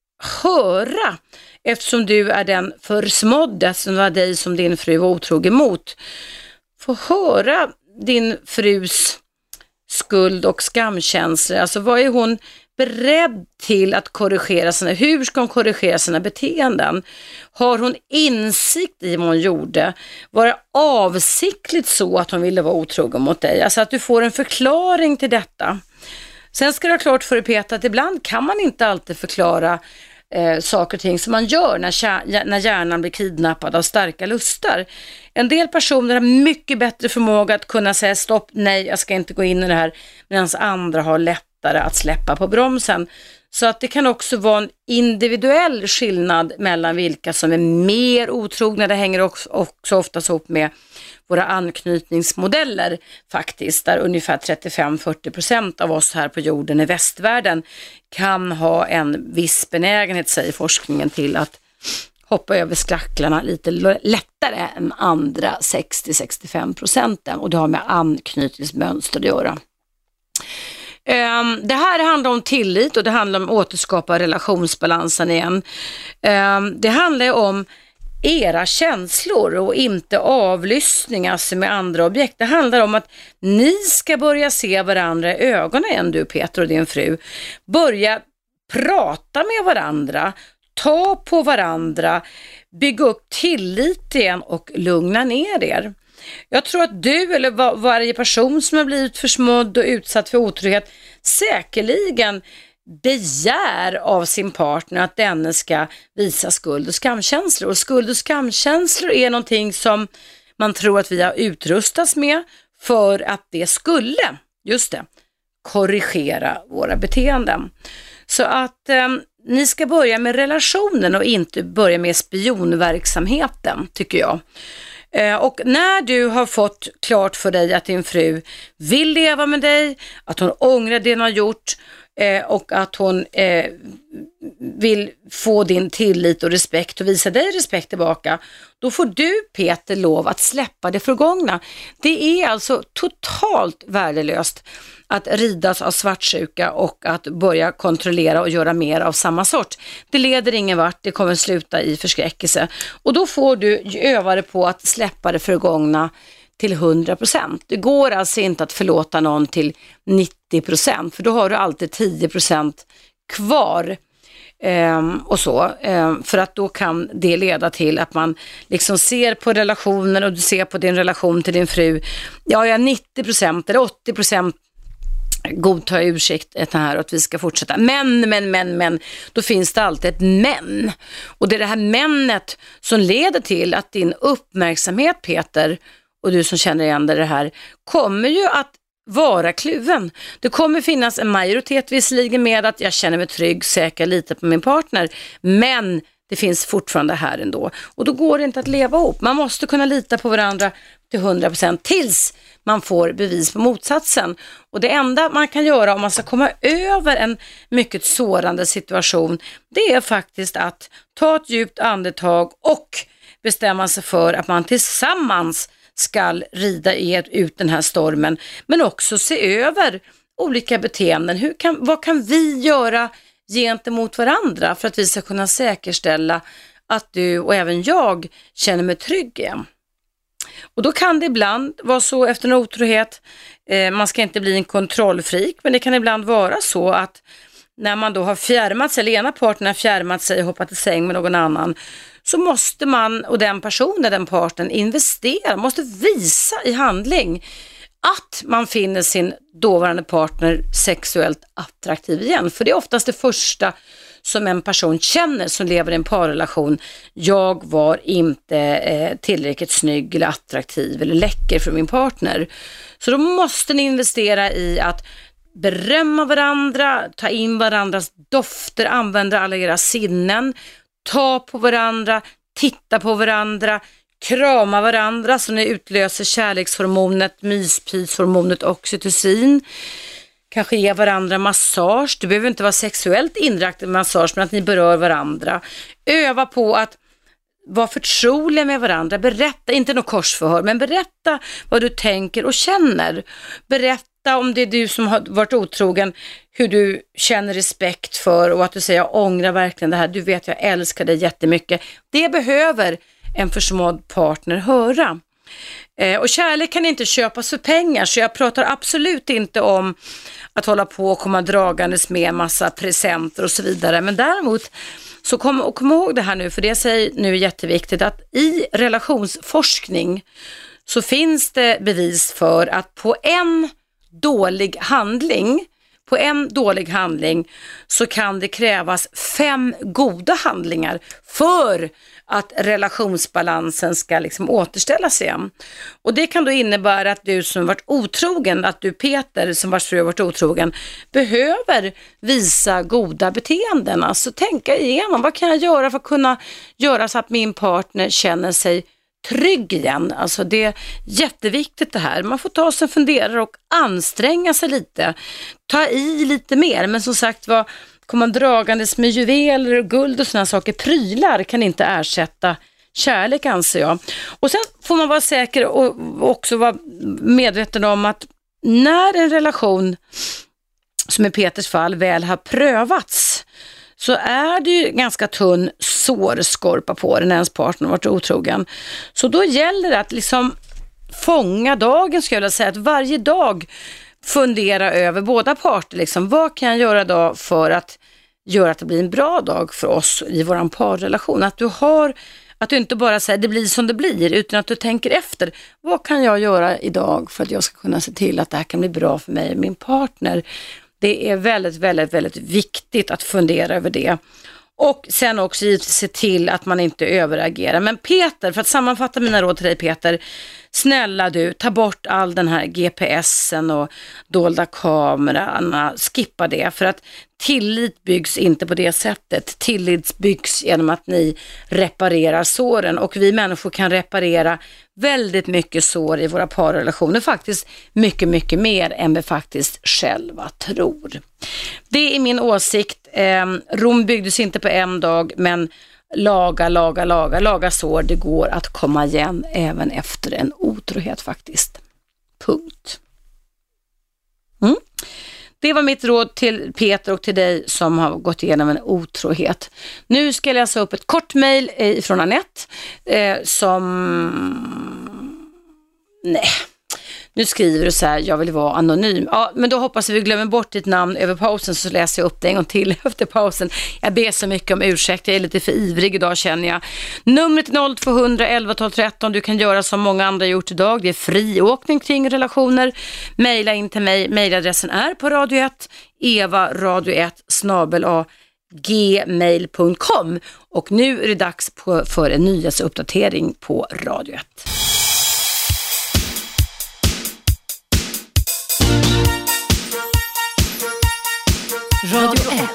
höra, eftersom du är den försmådda, som det var dig som din fru var otrogen mot, få höra din frus skuld och skamkänslor. Alltså vad är hon beredd till att korrigera sina, hur ska hon korrigera sina beteenden? Har hon insikt i vad hon gjorde? Var det avsiktligt så att hon ville vara otrogen mot dig? Alltså att du får en förklaring till detta. Sen ska du ha klart för dig, Peter, att ibland kan man inte alltid förklara Eh, saker och ting som man gör när, kär, när hjärnan blir kidnappad av starka lustar. En del personer har mycket bättre förmåga att kunna säga stopp, nej, jag ska inte gå in i det här, medan andra har lättare att släppa på bromsen. Så att det kan också vara en individuell skillnad mellan vilka som är mer otrogna. Det hänger också, också oftast ihop med våra anknytningsmodeller faktiskt, där ungefär trettiofem till fyrtio procent av oss här på jorden i västvärlden kan ha en viss benägenhet, säger forskningen, till att hoppa över skaklarna lite lättare än andra sextio till sextiofem procenten, och det har med anknytningsmönster att göra. Um, det här handlar om tillit och det handlar om att återskapa relationsbalansen igen. Um, det handlar om era känslor och inte avlyssningar med andra objekt. Det handlar om att ni ska börja se varandra i ögonen igen, du Peter och din fru. Börja prata med varandra, ta på varandra, bygga upp tillit igen och lugna ner er. Jag tror att du eller var, varje person som har blivit försmådd och utsatt för otrygghet säkerligen begär av sin partner att denne ska visa skuld och skamkänslor. Och skuld och skamkänslor är någonting som man tror att vi har utrustats med för att det skulle, just det, korrigera våra beteenden. Så att eh, ni ska börja med relationen och inte börja med spionverksamheten, tycker jag. Eh, och när du har fått klart för dig att din fru vill leva med dig, att hon ångrar det hon har gjort eh, och att hon eh, vill få din tillit och respekt och visa dig respekt tillbaka, då får du, Peter, lov att släppa det förgångna. Det är alltså totalt värdelöst att ridas av svartsjuka och att börja kontrollera och göra mer av samma sort. Det leder ingen vart, det kommer sluta i förskräckelse. Och då får du öva dig på att släppa det förgångna till hundra procent. Det går alltså inte att förlåta någon till nittio procent, för då har du alltid tio procent kvar. Um, och så, um, för att då kan det leda till att man liksom ser på relationen och du ser på din relation till din fru, ja, jag är nittio procent eller åttio procent godtar ursäkt här och att vi ska fortsätta. Men, men, men, men, då finns det alltid ett men. Och det är det här mennet som leder till att din uppmärksamhet, Peter, och du som känner igen det här, kommer ju att vara kluven. Det kommer finnas en majoritet visserligen med att jag känner mig trygg, säker, lite på min partner, men det finns fortfarande här ändå. Och då går det inte att leva ihop. Man måste kunna lita på varandra till hundra procent tills man får bevis på motsatsen. Och det enda man kan göra om man ska komma över en mycket sårande situation, det är faktiskt att ta ett djupt andetag och bestämma sig för att man tillsammans ska rida ut den här stormen, men också se över olika beteenden. Hur kan, vad kan vi göra gentemot varandra för att vi ska kunna säkerställa att du och även jag känner mig trygg igen? Och då kan det ibland vara så efter en otrohet, eh, man ska inte bli en kontrollfreak, men det kan ibland vara så att när man då har fjärmat sig, eller ena parten har fjärmat sig och hoppat i säng med någon annan, så måste man och den personen, den parten, investera, måste visa i handling att man finner sin dåvarande partner sexuellt attraktiv igen. För det är oftast det första som en person känner som lever i en parrelation. Jag var inte eh, tillräckligt snygg eller attraktiv eller läcker för min partner. Så då måste ni investera i att berömma varandra, ta in varandras dofter, använda alla era sinnen, ta på varandra, titta på varandra, krama varandra så ni utlöser kärlekshormonet, myspishormonet oxytocin. Kanske ge varandra massage. Det behöver inte vara sexuellt inriktad massage, men att ni berör varandra. Öva på att vara förtroliga med varandra. Berätta, inte något korsförhör, men berätta vad du tänker och känner. Berätta om det är du som har varit otrogen, hur du känner respekt för och att du säger jag ångrar verkligen det här. Du vet jag älskar dig jättemycket. Det behöver en försmådd partner höra. Eh, och kärlek kan inte köpas för pengar, så jag pratar absolut inte om att hålla på och komma dragandes med massa presenter och så vidare. Men däremot så kom, och kom ihåg det här nu, för det säger nu är jätteviktigt att i relationsforskning så finns det bevis för att på en dålig handling På en dålig handling så kan det krävas fem goda handlingar för att relationsbalansen ska liksom återställas igen. Och det kan då innebära att du som varit otrogen, att du Peter som vars fru har varit otrogen, behöver visa goda beteenden. Alltså tänka igenom, vad kan jag göra för att kunna göra så att min partner känner sig trygg igen. Alltså det är jätteviktigt det här. Man får ta sig en funderare och anstränga sig lite. Ta i lite mer. Men som sagt, var, komma dragandes med juveler och guld och sådana saker. Prylar kan inte ersätta kärlek, anser jag. Och sen får man vara säker och också vara medveten om att när en relation, som i Peters fall, väl har prövats, så är det ju ganska tunn sårskorpa på den när ens partner varit otrogen. Så då gäller det att liksom fånga dagen, skulle jag säga, att varje dag fundera över båda parter, liksom, vad kan jag göra då för att göra att det blir en bra dag för oss i våran parrelation. Att du har, att du inte bara säger det blir som det blir, utan att du tänker efter, vad kan jag göra idag för att jag ska kunna se till att det här kan bli bra för mig och min partner. Det är väldigt, väldigt, väldigt viktigt att fundera över det. Och sen också se till att man inte överagerar. Men Peter, för att sammanfatta mina råd till dig Peter, snälla du, ta bort all den här G P S'en och dolda kamerorna, skippa det. För att tillit byggs inte på det sättet. Tillit byggs genom att ni reparerar såren. Och vi människor kan reparera väldigt mycket sår i våra parrelationer. Faktiskt mycket, mycket mer än vi faktiskt själva tror. Det är min åsikt. Eh, Rom byggdes inte på en dag, men laga, laga, laga, laga sår. Det går att komma igen även efter en otrohet faktiskt. Punkt. Mm. Det var mitt råd till Peter och till dig som har gått igenom en otrohet. Nu ska jag läsa upp ett kort mejl eh, från Anette eh, som... Nej... Nu skriver du så här, jag vill vara anonym. Ja, men då hoppas vi glömmer bort ditt namn över pausen, så läser jag upp det en gång till efter pausen. Jag ber så mycket om ursäkt, jag är lite för ivrig idag känner jag. Numret noll två elva tolv tretton, du kan göra som många andra gjort idag. Det är friåkning kring relationer. Maila in till mig, mailadressen är på radio ett, eva radio ett snabel a gmail punkt com. Och nu är det dags på, för en nyhetsuppdatering på Radio ett. Radio ett.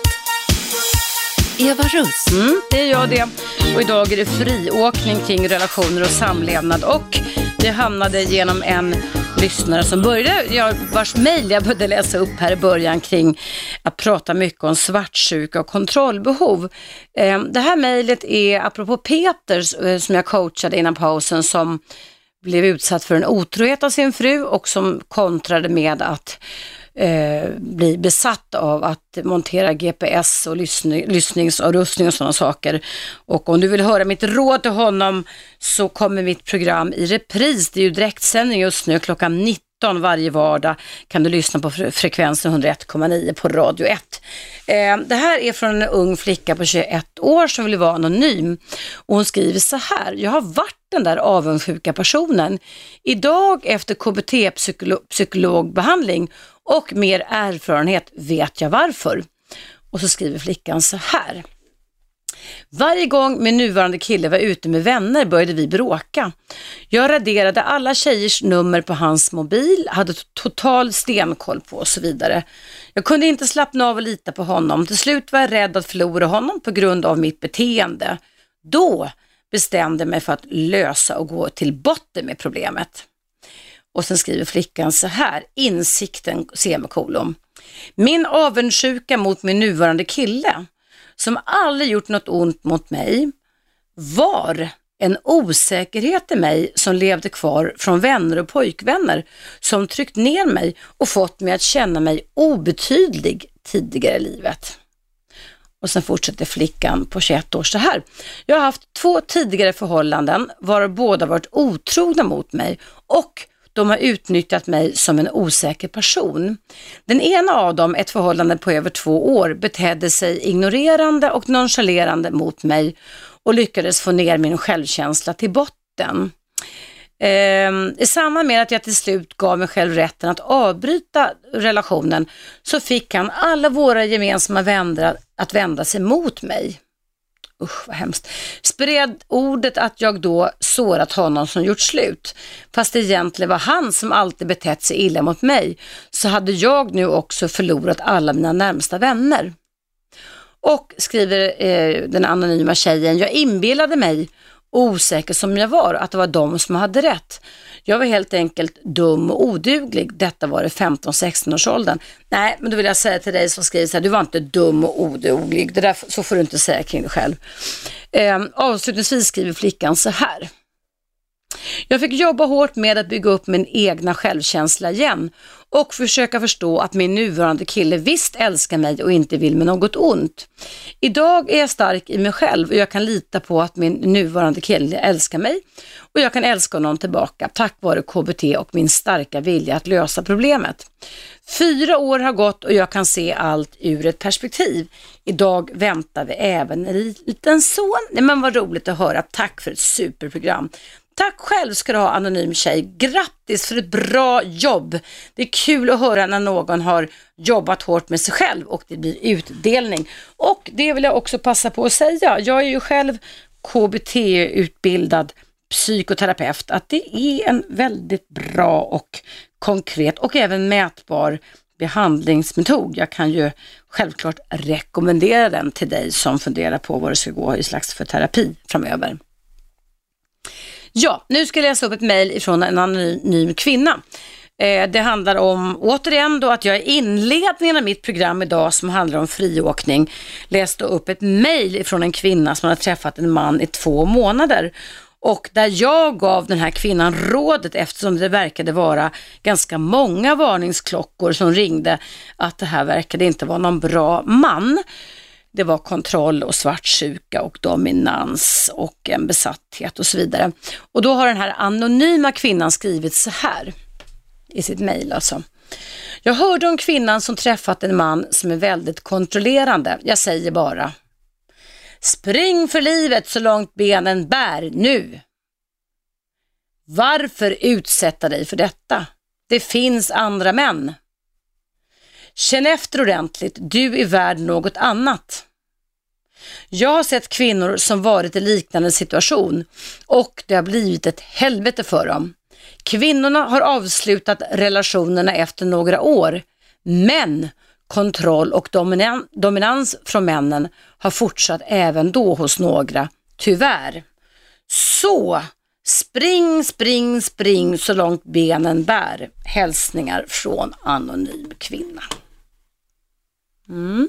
Eva Russ. Mm, det är jag det. Och idag är det friåkning kring relationer och samlevnad. Och det hamnade genom en lyssnare som började, jag, vars mejl jag började läsa upp här i början kring att prata mycket om svartsjuka och kontrollbehov. Eh, det här mejlet är apropå Peters eh, som jag coachade innan pausen, som blev utsatt för en otrohet av sin fru och som kontrade med att Eh, bli besatt av att montera G P S och lyssning, lyssnings- och rustning och sådana saker. Och om du vill höra mitt råd till honom så kommer mitt program i repris. Det är ju direktsändning just nu klockan nitton varje vardag. Kan du lyssna på frekvensen hundraett komma nio på Radio ett. Eh, det här är från en ung flicka på tjugoett år som vill vara anonym. Och hon skriver så här: jag har varit den där avundsjuka personen. Idag efter K B T-psykologbehandling och mer erfarenhet vet jag varför. Och så skriver flickan så här: varje gång min nuvarande kille var ute med vänner började vi bråka. Jag raderade alla tjejers nummer på hans mobil, hade total stenkoll på och så vidare. Jag kunde inte slappna av och lita på honom. Till slut var jag rädd att förlora honom på grund av mitt beteende. Då bestämde mig för att lösa och gå till botten med problemet. Och sen skriver flickan så här: insikten, semikolon. Min avundsjuka mot min nuvarande kille, som aldrig gjort något ont mot mig, var en osäkerhet i mig som levde kvar från vänner och pojkvänner som tryckt ner mig och fått mig att känna mig obetydlig tidigare i livet. Och sen fortsätter flickan på tjugoett år så här: jag har haft två tidigare förhållanden var båda varit otrogna mot mig och de har utnyttjat mig som en osäker person. Den ena av dem, ett förhållande på över två år, betedde sig ignorerande och nonchalerande mot mig och lyckades få ner min självkänsla till botten. Ehm, I samband med att jag till slut gav mig själv rätten att avbryta relationen så fick han alla våra gemensamma vänner att vända sig mot mig. Usch, vad hemskt. Spred ordet att jag då sårat honom som gjort slut. Fast det egentligen var han som alltid betett sig illa mot mig, så hade jag nu också förlorat alla mina närmsta vänner. Och skriver eh, den anonyma tjejen: jag inbillade mig osäker som jag var, att det var de som hade rätt. Jag var helt enkelt dum och oduglig. Detta var i femton sexton års åldern. Nej, men då vill jag säga till dig som skriver så här, du var inte dum och oduglig. Det där, så får du inte säga kring dig själv. Eh, avslutningsvis skriver flickan så här. Jag fick jobba hårt med att bygga upp min egna självkänsla igen och försöka förstå att min nuvarande kille visst älskar mig och inte vill med något ont. Idag är jag stark i mig själv och jag kan lita på att min nuvarande kille älskar mig och jag kan älska honom tillbaka tack vare K B T och min starka vilja att lösa problemet. Fyra år har gått och jag kan se allt ur ett perspektiv. Idag väntar vi även en liten son. Nej, men vad roligt att höra. Tack för ett superprogram. Tack själv ska du ha, anonym tjej. Grattis för ett bra jobb. Det är kul att höra när någon har jobbat hårt med sig själv och det blir utdelning. Och det vill jag också passa på att säga. Jag är ju själv K B T-utbildad psykoterapeut. Att det är en väldigt bra och konkret och även mätbar behandlingsmetod. Jag kan ju självklart rekommendera den till dig som funderar på vad det ska gå i slags för terapi framöver. Ja, nu ska jag läsa upp ett mejl ifrån en anonym kvinna. Eh, det handlar om, återigen då, att jag i inledningen av mitt program idag som handlar om friåkning läste upp ett mejl ifrån en kvinna som har träffat en man i två månader. Och där jag gav den här kvinnan rådet, eftersom det verkade vara ganska många varningsklockor som ringde, att det här verkade inte vara någon bra man. Det var kontroll och svartsjuka och dominans och en besatthet och så vidare. Och då har den här anonyma kvinnan skrivit så här i sitt mejl alltså. Jag hörde om kvinnan som träffat en man som är väldigt kontrollerande. Jag säger bara: spring för livet så långt benen bär nu. Varför utsätta dig för detta? Det finns andra män. Känn efter ordentligt, du är värd något annat. Jag har sett kvinnor som varit i liknande situation och det har blivit ett helvete för dem. Kvinnorna har avslutat relationerna efter några år, men kontroll och dominan- dominans från männen har fortsatt även då hos några, tyvärr. Så, spring, spring, spring så långt benen bär. Hälsningar från anonym kvinna. Mm.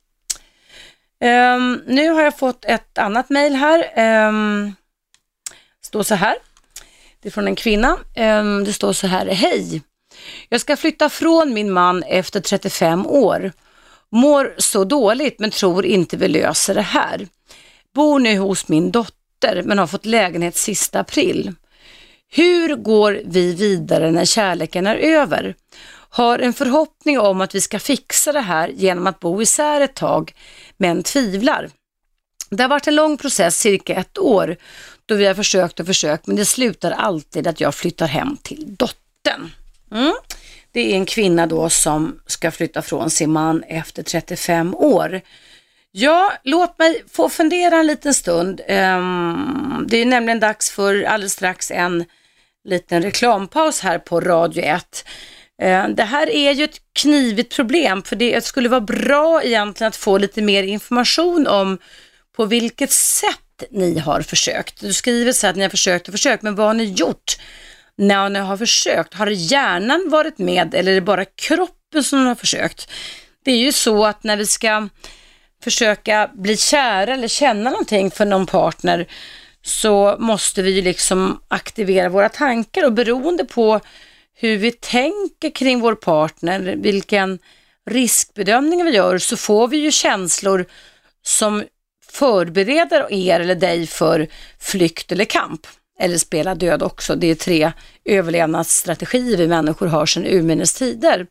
Um, nu har jag fått ett annat mejl här. Um, det står så här. Det är från en kvinna. Um, det står så här. Hej. Jag ska flytta från min man efter trettiofem år. Mår så dåligt men tror inte vi löser det här. Bor nu hos min dotter men har fått lägenhet sista april. Hur går vi vidare när kärleken är över? Har en förhoppning om att vi ska fixa det här genom att bo isär ett tag, men tvivlar. Det har varit en lång process, cirka ett år, då vi har försökt och försökt, men det slutar alltid att jag flyttar hem till dottern. Mm. Det är en kvinna då som ska flytta från sin man efter trettiofem år. Ja, låt mig få fundera en liten stund. Um, det är nämligen dags för alldeles strax en liten reklampaus här på Radio ett. Uh, det här är ju ett knivigt problem, för det skulle vara bra egentligen att få lite mer information om på vilket sätt ni har försökt. Du skriver så att ni har försökt och försökt, men vad har ni gjort när ni har försökt? Har hjärnan varit med eller är det bara kroppen som har försökt? Det är ju så att när vi ska försöka bli kära eller känna någonting för någon partner, så måste vi ju liksom aktivera våra tankar, och beroende på hur vi tänker kring vår partner, vilken riskbedömning vi gör, så får vi ju känslor som förbereder er eller dig för flykt eller kamp, eller spela död också. Det är tre överlevnadsstrategier vi människor har sedan urminnes tider.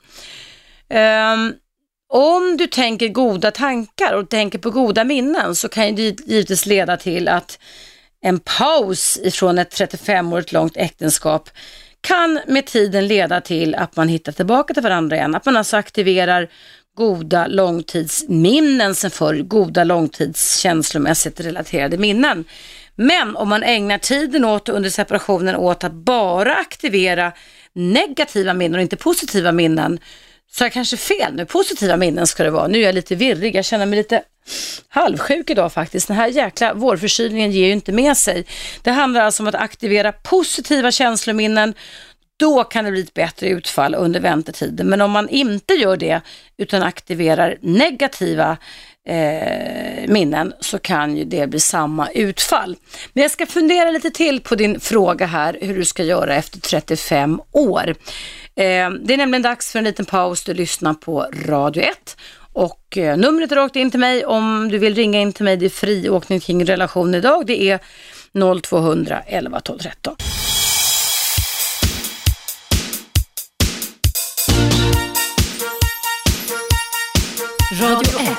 Um, om du tänker goda tankar och tänker på goda minnen, så kan det givetvis leda till att en paus ifrån ett trettiofem-årigt långt äktenskap kan med tiden leda till att man hittar tillbaka till varandra igen. Att man alltså aktiverar goda långtidsminnen sen för goda långtidskänslomässigt relaterade minnen. Men om man ägnar tiden åt under separationen åt att bara aktivera negativa minnen och inte positiva minnen, så är jag kanske fel nu. Positiva minnen ska det vara. Nu är jag lite virrig. Jag känner mig lite halvsjuk idag faktiskt. Den här jäkla vårförkylningen ger ju inte med sig. Det handlar alltså om att aktivera positiva känslominnen. Då kan det bli ett bättre utfall under väntetiden. Men om man inte gör det utan aktiverar negativa eh, minnen så kan ju det bli samma utfall. Men jag ska fundera lite till på din fråga här hur du ska göra efter trettiofem år. Eh, det är nämligen dags för en liten paus. Du lyssnar på Radio ett. Och eh, numret är rakt in till mig om du vill ringa in till mig. Det är friåkning kring relation idag. Det är noll två hundra elva tolv tretton. Radio ett.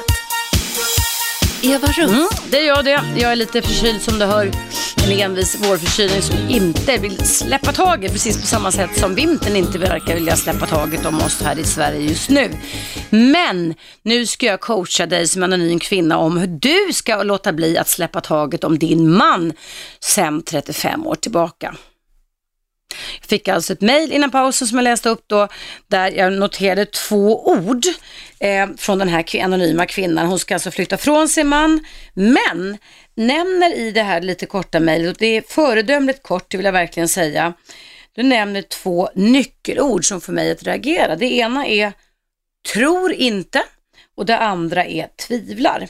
Eva Russ. Mm, det gör det. Jag är lite förkyld som du hör. En envis vårförkylning som inte vill släppa taget. Precis på samma sätt som vintern inte verkar vilja släppa taget om oss här i Sverige just nu. Men nu ska jag coacha dig som anonym kvinna om hur du ska låta bli att släppa taget om din man sen trettiofem år tillbaka. Jag fick alltså ett mejl innan pausen som jag läste upp då, där jag noterade två ord eh, från den här kv- anonyma kvinnan. Hon ska alltså flytta från sin man, men nämner i det här lite korta mejlet, och det är föredömligt kort, det vill jag verkligen säga. Du nämner två nyckelord som får mig att reagera. Det ena är tror inte och det andra är tvivlar.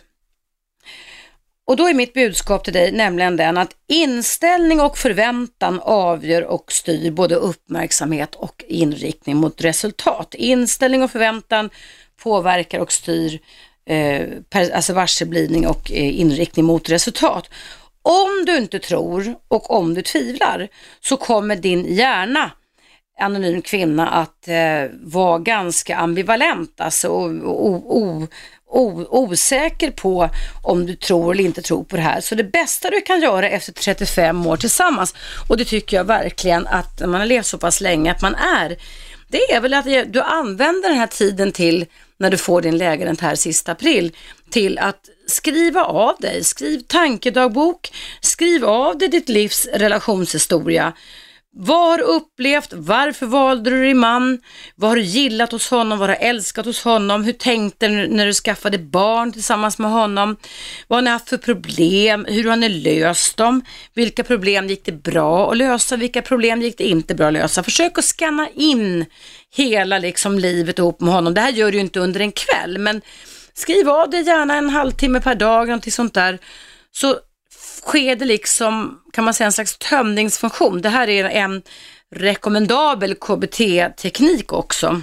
Och då är mitt budskap till dig nämligen den att inställning och förväntan avgör och styr både uppmärksamhet och inriktning mot resultat. Inställning och förväntan påverkar och styr eh, per, alltså varseblivning och eh, inriktning mot resultat. Om du inte tror och om du tvivlar så kommer din hjärna, anonym kvinna, att eh, vara ganska ambivalent, alltså o, o, o, O, osäker på om du tror eller inte tror på det här. Så det bästa du kan göra efter trettiofem år tillsammans, och det tycker jag verkligen att man har levt så pass länge att man är, det är väl att du använder den här tiden till, när du får din lägenhet här sista april, till att skriva av dig, skriv tankedagbok, skriv av dig ditt livs relationshistoria. Vad har du upplevt? Varför valde du din man? Vad har du gillat hos honom? Vad har du älskat hos honom? Hur tänkte du när du skaffade barn tillsammans med honom? Vad har ni haft för problem? Hur har ni löst dem? Vilka problem gick det bra att lösa? Vilka problem gick det inte bra att lösa? Försök att scanna in hela liksom livet ihop med honom. Det här gör du ju inte under en kväll, men skriv av det gärna en halvtimme per dag, någonting sånt där. Så sker det liksom, kan man säga, en slags tömningsfunktion. Det här är en rekommendabel K B T-teknik också.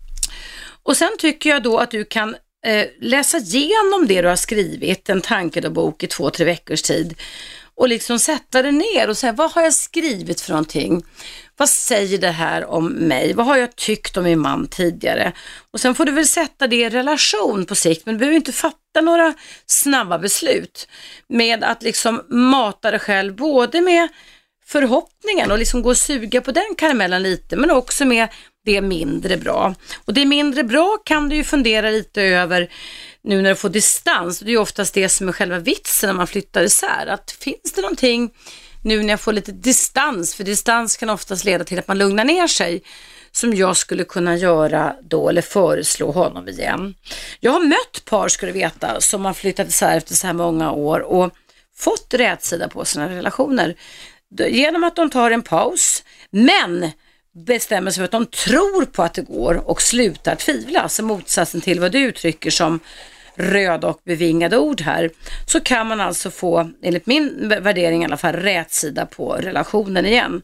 Och sen tycker jag då att du kan eh, läsa igenom det du har skrivit, en tankedagbok i två, tre veckors tid, och liksom sätta det ner och säga, vad har jag skrivit för någonting? Vad säger det här om mig? Vad har jag tyckt om min man tidigare? Och sen får du väl sätta det i relation på sikt, men du behöver inte fatta några snabba beslut med att liksom mata dig själv både med förhoppningen och liksom gå och suga på den karamellen lite, men också med det mindre bra. Och det mindre bra kan du ju fundera lite över nu när du får distans. Det är ju oftast det som är själva vitsen när man flyttar isär. Att finns det någonting nu när jag får lite distans, för distans kan oftast leda till att man lugnar ner sig, som jag skulle kunna göra då eller föreslå honom igen. Jag har mött par, ska du veta, som har flyttat isär efter så här många år och fått rätsida på sina relationer genom att de tar en paus, men bestämmer sig för att de tror på att det går och slutar tvivla. Alltså motsatsen till vad du uttrycker som röda och bevingade ord här, så kan man alltså få, enligt min värdering i alla fall, rätsida på relationen igen.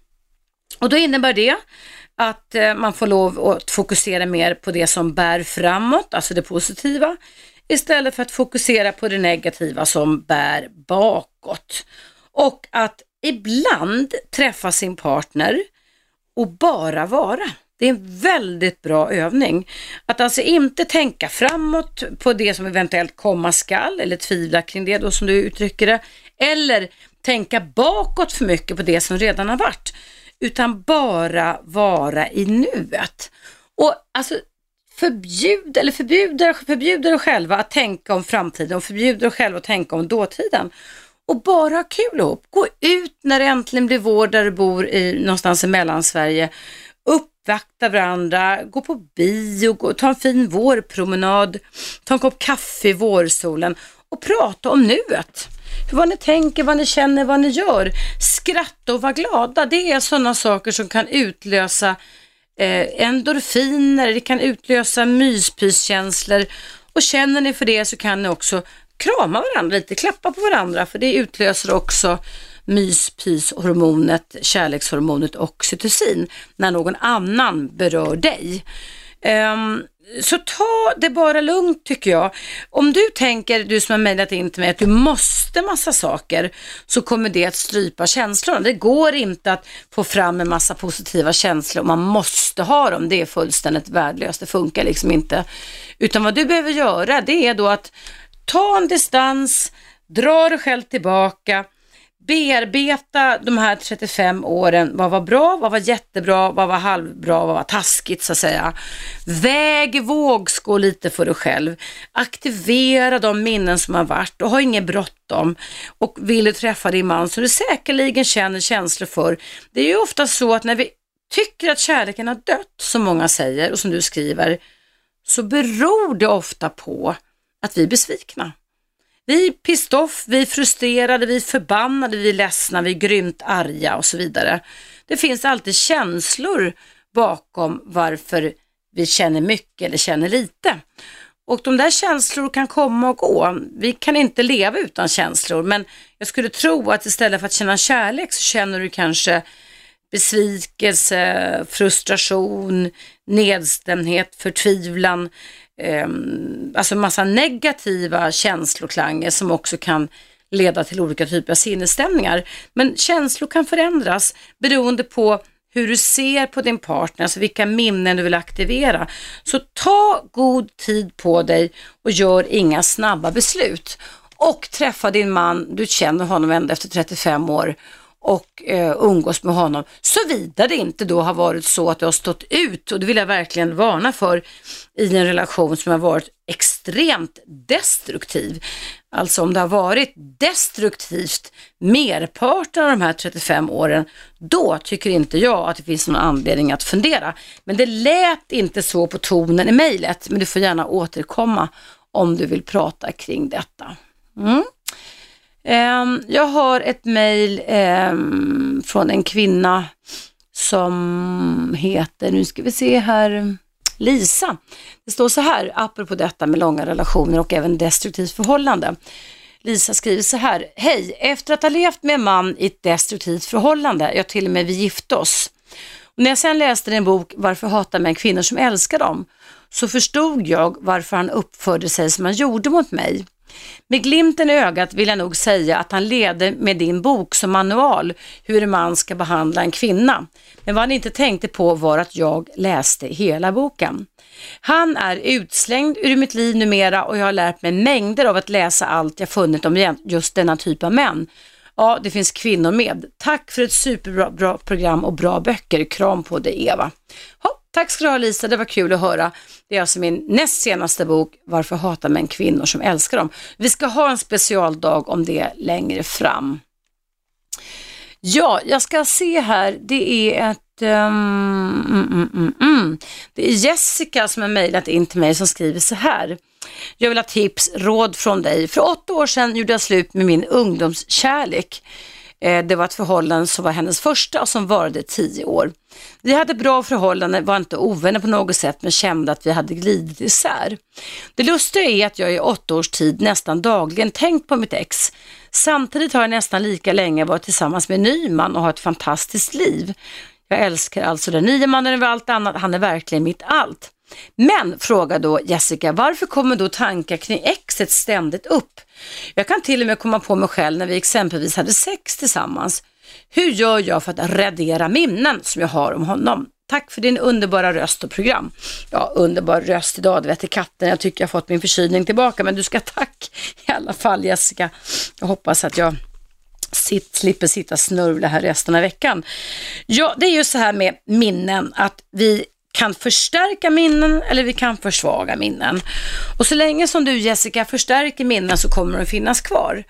Och då innebär det att eh, man får lov att fokusera mer på det som bär framåt, alltså det positiva, istället för att fokusera på det negativa som bär bakåt. Och att ibland träffa sin partner och bara vara. Det är en väldigt bra övning. Att alltså inte tänka framåt på det som eventuellt komma skall, eller tvivla kring det då som du uttrycker det, eller tänka bakåt för mycket på det som redan har varit, utan bara vara i nuet. Och alltså förbjuda eller förbjuda, förbjuda dig själva att tänka om framtiden och förbjuda dig själva att tänka om dåtiden. Och bara ha kul ihop. Gå ut när det äntligen blir vår där du bor i, någonstans i Mellansverige. Upp uppvakta varandra, gå på bio, gå, ta en fin vårpromenad, ta en kopp kaffe i vårsolen och prata om nuet. Vad ni tänker, vad ni känner, vad ni gör. Skratta och vara glada. Det är sådana saker som kan utlösa eh, endorfiner, det kan utlösa myspyskänslor. Och känner ni för det så kan ni också krama varandra lite, klappa på varandra. För det utlöser också myspyshormonet, kärlekshormonet oxytocin när någon annan berör dig. Um, så ta det bara lugnt tycker jag. Om du tänker, du som har mejlat in till mig, att du måste massa saker, så kommer det att strypa känslorna. Det går inte att få fram en massa positiva känslor och man måste ha dem. Det är fullständigt värdelöst, det funkar liksom inte. Utan vad du behöver göra, det är då att ta en distans, dra dig själv tillbaka, bearbeta de här trettiofem åren. Vad var bra, vad var jättebra, vad var halvbra, vad var taskigt så att säga. Väg vågskål lite för dig själv. Aktivera de minnen som har varit och ha inget bråttom. Och vill du träffa din man som du säkerligen känner känslor för. Det är ju ofta så att när vi tycker att kärleken har dött, som många säger och som du skriver, så beror det ofta på att vi är besvikna. Vi är pissed off, vi är frustrerade, vi är förbannade, vi är ledsna, vi är grymt arga och så vidare. Det finns alltid känslor bakom varför vi känner mycket eller känner lite. Och de där känslor kan komma och gå. Vi kan inte leva utan känslor, men jag skulle tro att istället för att känna kärlek så känner du kanske besvikelse, frustration, nedstämdhet, förtvivlan. Alltså massa negativa känsloklanger som också kan leda till olika typer av sinnesstämningar. Men känslor kan förändras beroende på hur du ser på din partner, alltså vilka minnen du vill aktivera. Så ta god tid på dig och gör inga snabba beslut. Och träffa din man, du känner honom ända efter trettiofem år och eh, umgås med honom, såvida det inte då har varit så att du har stått ut, och det vill jag verkligen varna för, i en relation som har varit extremt destruktiv. Alltså om det har varit destruktivt merparten av de här trettiofem åren, då tycker inte jag att det finns någon anledning att fundera. Men det lät inte så på tonen i mejlet, men du får gärna återkomma om du vill prata kring detta. Mm. Um, jag har ett mejl um, från en kvinna som heter, nu ska vi se här, Lisa. Det står så här, apropå detta med långa relationer och även destruktivt förhållande. Lisa skriver så här: hej, efter att ha levt med en man i ett destruktivt förhållande, jag till och med vi gifte oss. Och när jag sen läste en bok, Varför hatar män kvinnor som älskar dem, så förstod jag varför han uppförde sig som han gjorde mot mig. Med glimten i ögat vill jag nog säga att han leder med din bok som manual hur en man ska behandla en kvinna. Men vad han inte tänkte på var att jag läste hela boken. Han är utslängd ur mitt liv numera och jag har lärt mig mängder av att läsa allt jag funnit om just denna typ av män. Ja, det finns kvinnor med. Tack för ett superbra bra program och bra böcker. Kram på dig, Eva. Ha, tack ska du ha, Lisa, det var kul att höra. Det är alltså min näst senaste bok, Varför hatar män kvinnor som älskar dem. Vi ska ha en specialdag om det längre fram. Ja, jag ska se här. Det är ett Um, mm, mm, mm, mm. Det är Jessica som har mejlat in till mig som skriver så här: jag vill ha tips, råd från dig. För åtta år sedan gjorde jag slut med min ungdomskärlek. eh, Det var ett förhållande som var hennes första och som varade tio år. Vi hade bra förhållanden, var inte ovänner på något sätt, men kände att vi hade glidit isär. Det lustiga är att jag i åtta års tid nästan dagligen tänkt på mitt ex. Samtidigt har jag nästan lika länge varit tillsammans med en ny man och har ett fantastiskt liv. Jag älskar alltså den nya mannen över allt annat. Han är verkligen mitt allt. Men, frågar då Jessica, varför kommer då tankar kring exet ständigt upp? Jag kan till och med komma på mig själv när vi exempelvis hade sex tillsammans. Hur gör jag för att radera minnen som jag har om honom? Tack för din underbara röst och program. Ja, underbar röst idag, det vet i katten. Jag tycker jag har fått min förkylning tillbaka, men du ska tack i alla fall, Jessica. Jag hoppas att jag Sitt, slipper sitta snurvla här resten av veckan. Ja, det är ju så här med minnen, att vi kan förstärka minnen eller vi kan försvaga minnen. Och så länge som du, Jessica, förstärker minnen så kommer de finnas kvar.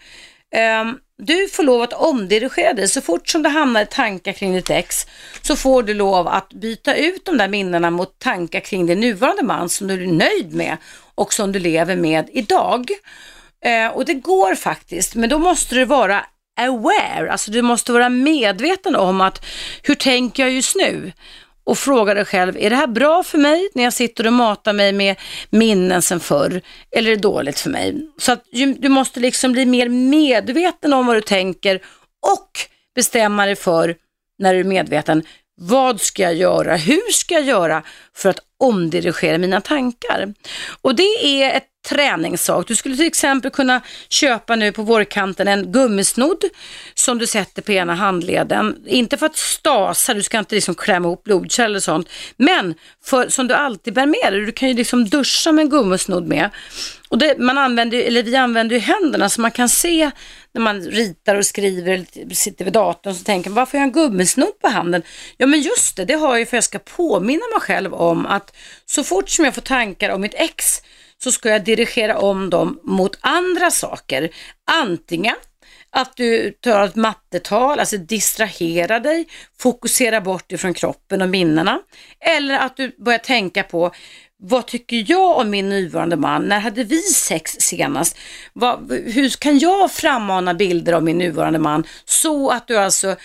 Um, du får lov att omdirigera dig. Så fort som det hamnar tankar kring ditt ex, så får du lov att byta ut de där minnena mot tankar kring din nuvarande man som du är nöjd med och som du lever med idag. Uh, och det går faktiskt, men då måste du vara aware, alltså du måste vara medveten om att hur tänker jag just nu? Och fråga dig själv, är det här bra för mig när jag sitter och matar mig med minnen sen förr? Eller är det dåligt för mig? Så att du måste liksom bli mer medveten om vad du tänker och bestämma dig för, när du är medveten, vad ska jag göra? Hur ska jag göra för att omdirigera mina tankar? Och det är ett träningssak. Du skulle till exempel kunna köpa nu på vårkanten en gummisnodd som du sätter på ena handleden. Inte för att stasa, du ska inte liksom klämma ihop blodkärl eller sånt. Men för, som du alltid bär med dig. Du kan ju liksom duscha med en gummisnodd med. Och det, man använder, eller vi använder ju händerna, så man kan se när man ritar och skriver eller sitter vid datorn, så tänker man, varför har jag en gummisnodd på handen? Ja, men just det, det har jag ju för att jag ska påminna mig själv om att så fort som jag får tankar om mitt ex, så ska jag dirigera om dem mot andra saker. Antingen att du tar ett mattetal, alltså distrahera dig, fokusera bort ifrån kroppen och minnena. Eller att du börjar tänka på, vad tycker jag om min nuvarande man? När hade vi sex senast? Vad, hur kan jag frammana bilder av min nuvarande man? Så att du alltså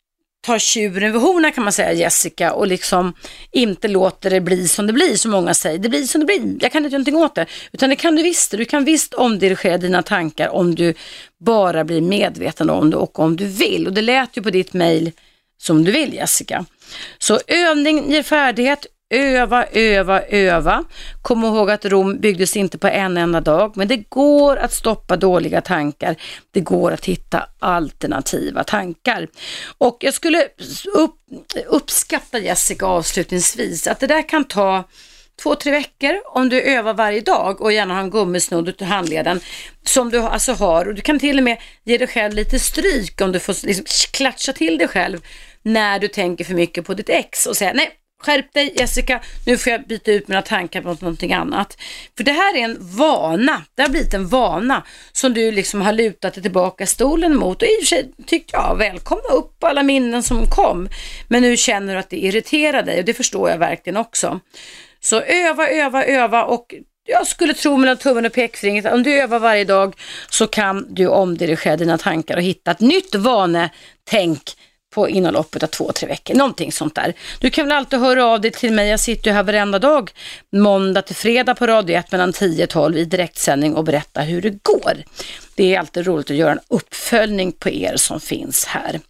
tar tjuren vid horna, kan man säga, Jessica, och liksom inte låter det bli som det blir, som många säger. Det blir som det blir, jag kan inte göra någonting åt det. Utan det kan du visst, du kan visst omdirigera dina tankar om du bara blir medveten om det och om du vill. Och det lät ju på ditt mejl som du vill, Jessica. Så övning ger färdighet. Öva, öva, öva. Kom ihåg att Rom byggdes inte på en enda dag, men det går att stoppa dåliga tankar. Det går att hitta alternativa tankar. Och jag skulle upp, uppskatta, Jessica, avslutningsvis, att det där kan ta två, tre veckor om du övar varje dag och gärna har en gummisnodd till handleden som du alltså har. Och du kan till och med ge dig själv lite stryk om du får liksom klatscha till dig själv när du tänker för mycket på ditt ex och säga, nej, skärp dig, Jessica, nu får jag byta ut mina tankar på någonting annat. För det här är en vana, det har blivit en vana som du liksom har lutat dig tillbaka stolen mot. Och i och för sig tyckte jag, välkomna upp alla minnen som kom. Men nu känner du att det irriterar dig, och det förstår jag verkligen också. Så öva, öva, öva, och jag skulle tro mellan tummen och pekfingret att om du övar varje dag så kan du omdirigera dina tankar och hitta ett nytt vanetänk på inom loppet av två, tre veckor. Någonting sånt där. Du kan väl alltid höra av dig till mig. Jag sitter ju här varenda dag, måndag till fredag på Radio ett mellan tio och tolv i direktsändning och berätta hur det går. Det är alltid roligt att göra en uppföljning på er som finns här.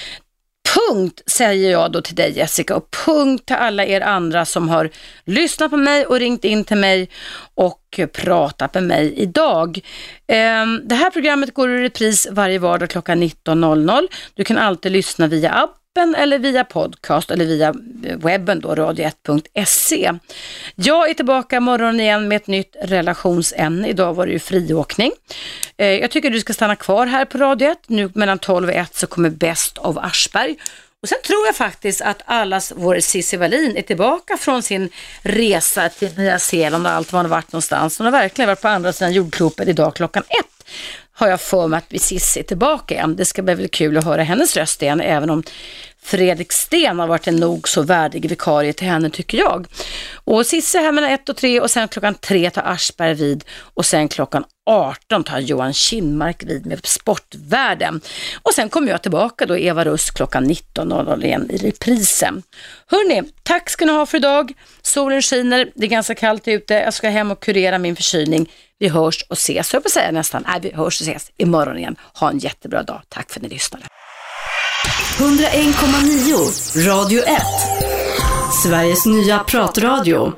Punkt, säger jag då till dig, Jessica, och punkt till alla er andra som har lyssnat på mig och ringt in till mig och pratat med mig idag. Det här programmet går i repris varje vardag klockan nitton noll noll. Du kan alltid lyssna via appen eller via podcast eller via webben då, radio ett punkt se. Jag är tillbaka imorgon igen med ett nytt relationsämne. Idag var det ju friåkning. Jag tycker du ska stanna kvar här på Radio ett. Nu mellan tolv och ett så kommer Bäst av Aschberg. Och sen tror jag faktiskt att allas vår Cissi Wallin är tillbaka från sin resa till Nya Zeeland och allt var hon har varit någonstans. Hon har verkligen varit på andra sidan jordklotet idag klockan ett. Har jag för mig att vi Cissi är tillbaka igen. Det ska bli väldigt kul att höra hennes röst igen, även om Fredrik Sten har varit en nog så värdig vikarie till henne, tycker jag. Och Cissi här mellan ett och tre, och sen klockan tre tar Aschberg vid, och sen klockan arton tar Johan Kinmark vid med Sportvärlden. Och sen kommer jag tillbaka då, Eva Russ, klockan nitton noll noll igen i reprisen. Hörrni, tack ska ni ha för idag. Solen skiner, det är ganska kallt ute. Jag ska hem och kurera min förkylning. Vi hörs och ses, jag får säga nästan. Nej, vi hörs och ses imorgon igen. Ha en jättebra dag. Tack för att ni lyssnade. hundraen komma nio Radio ett. Sveriges nya pratradio.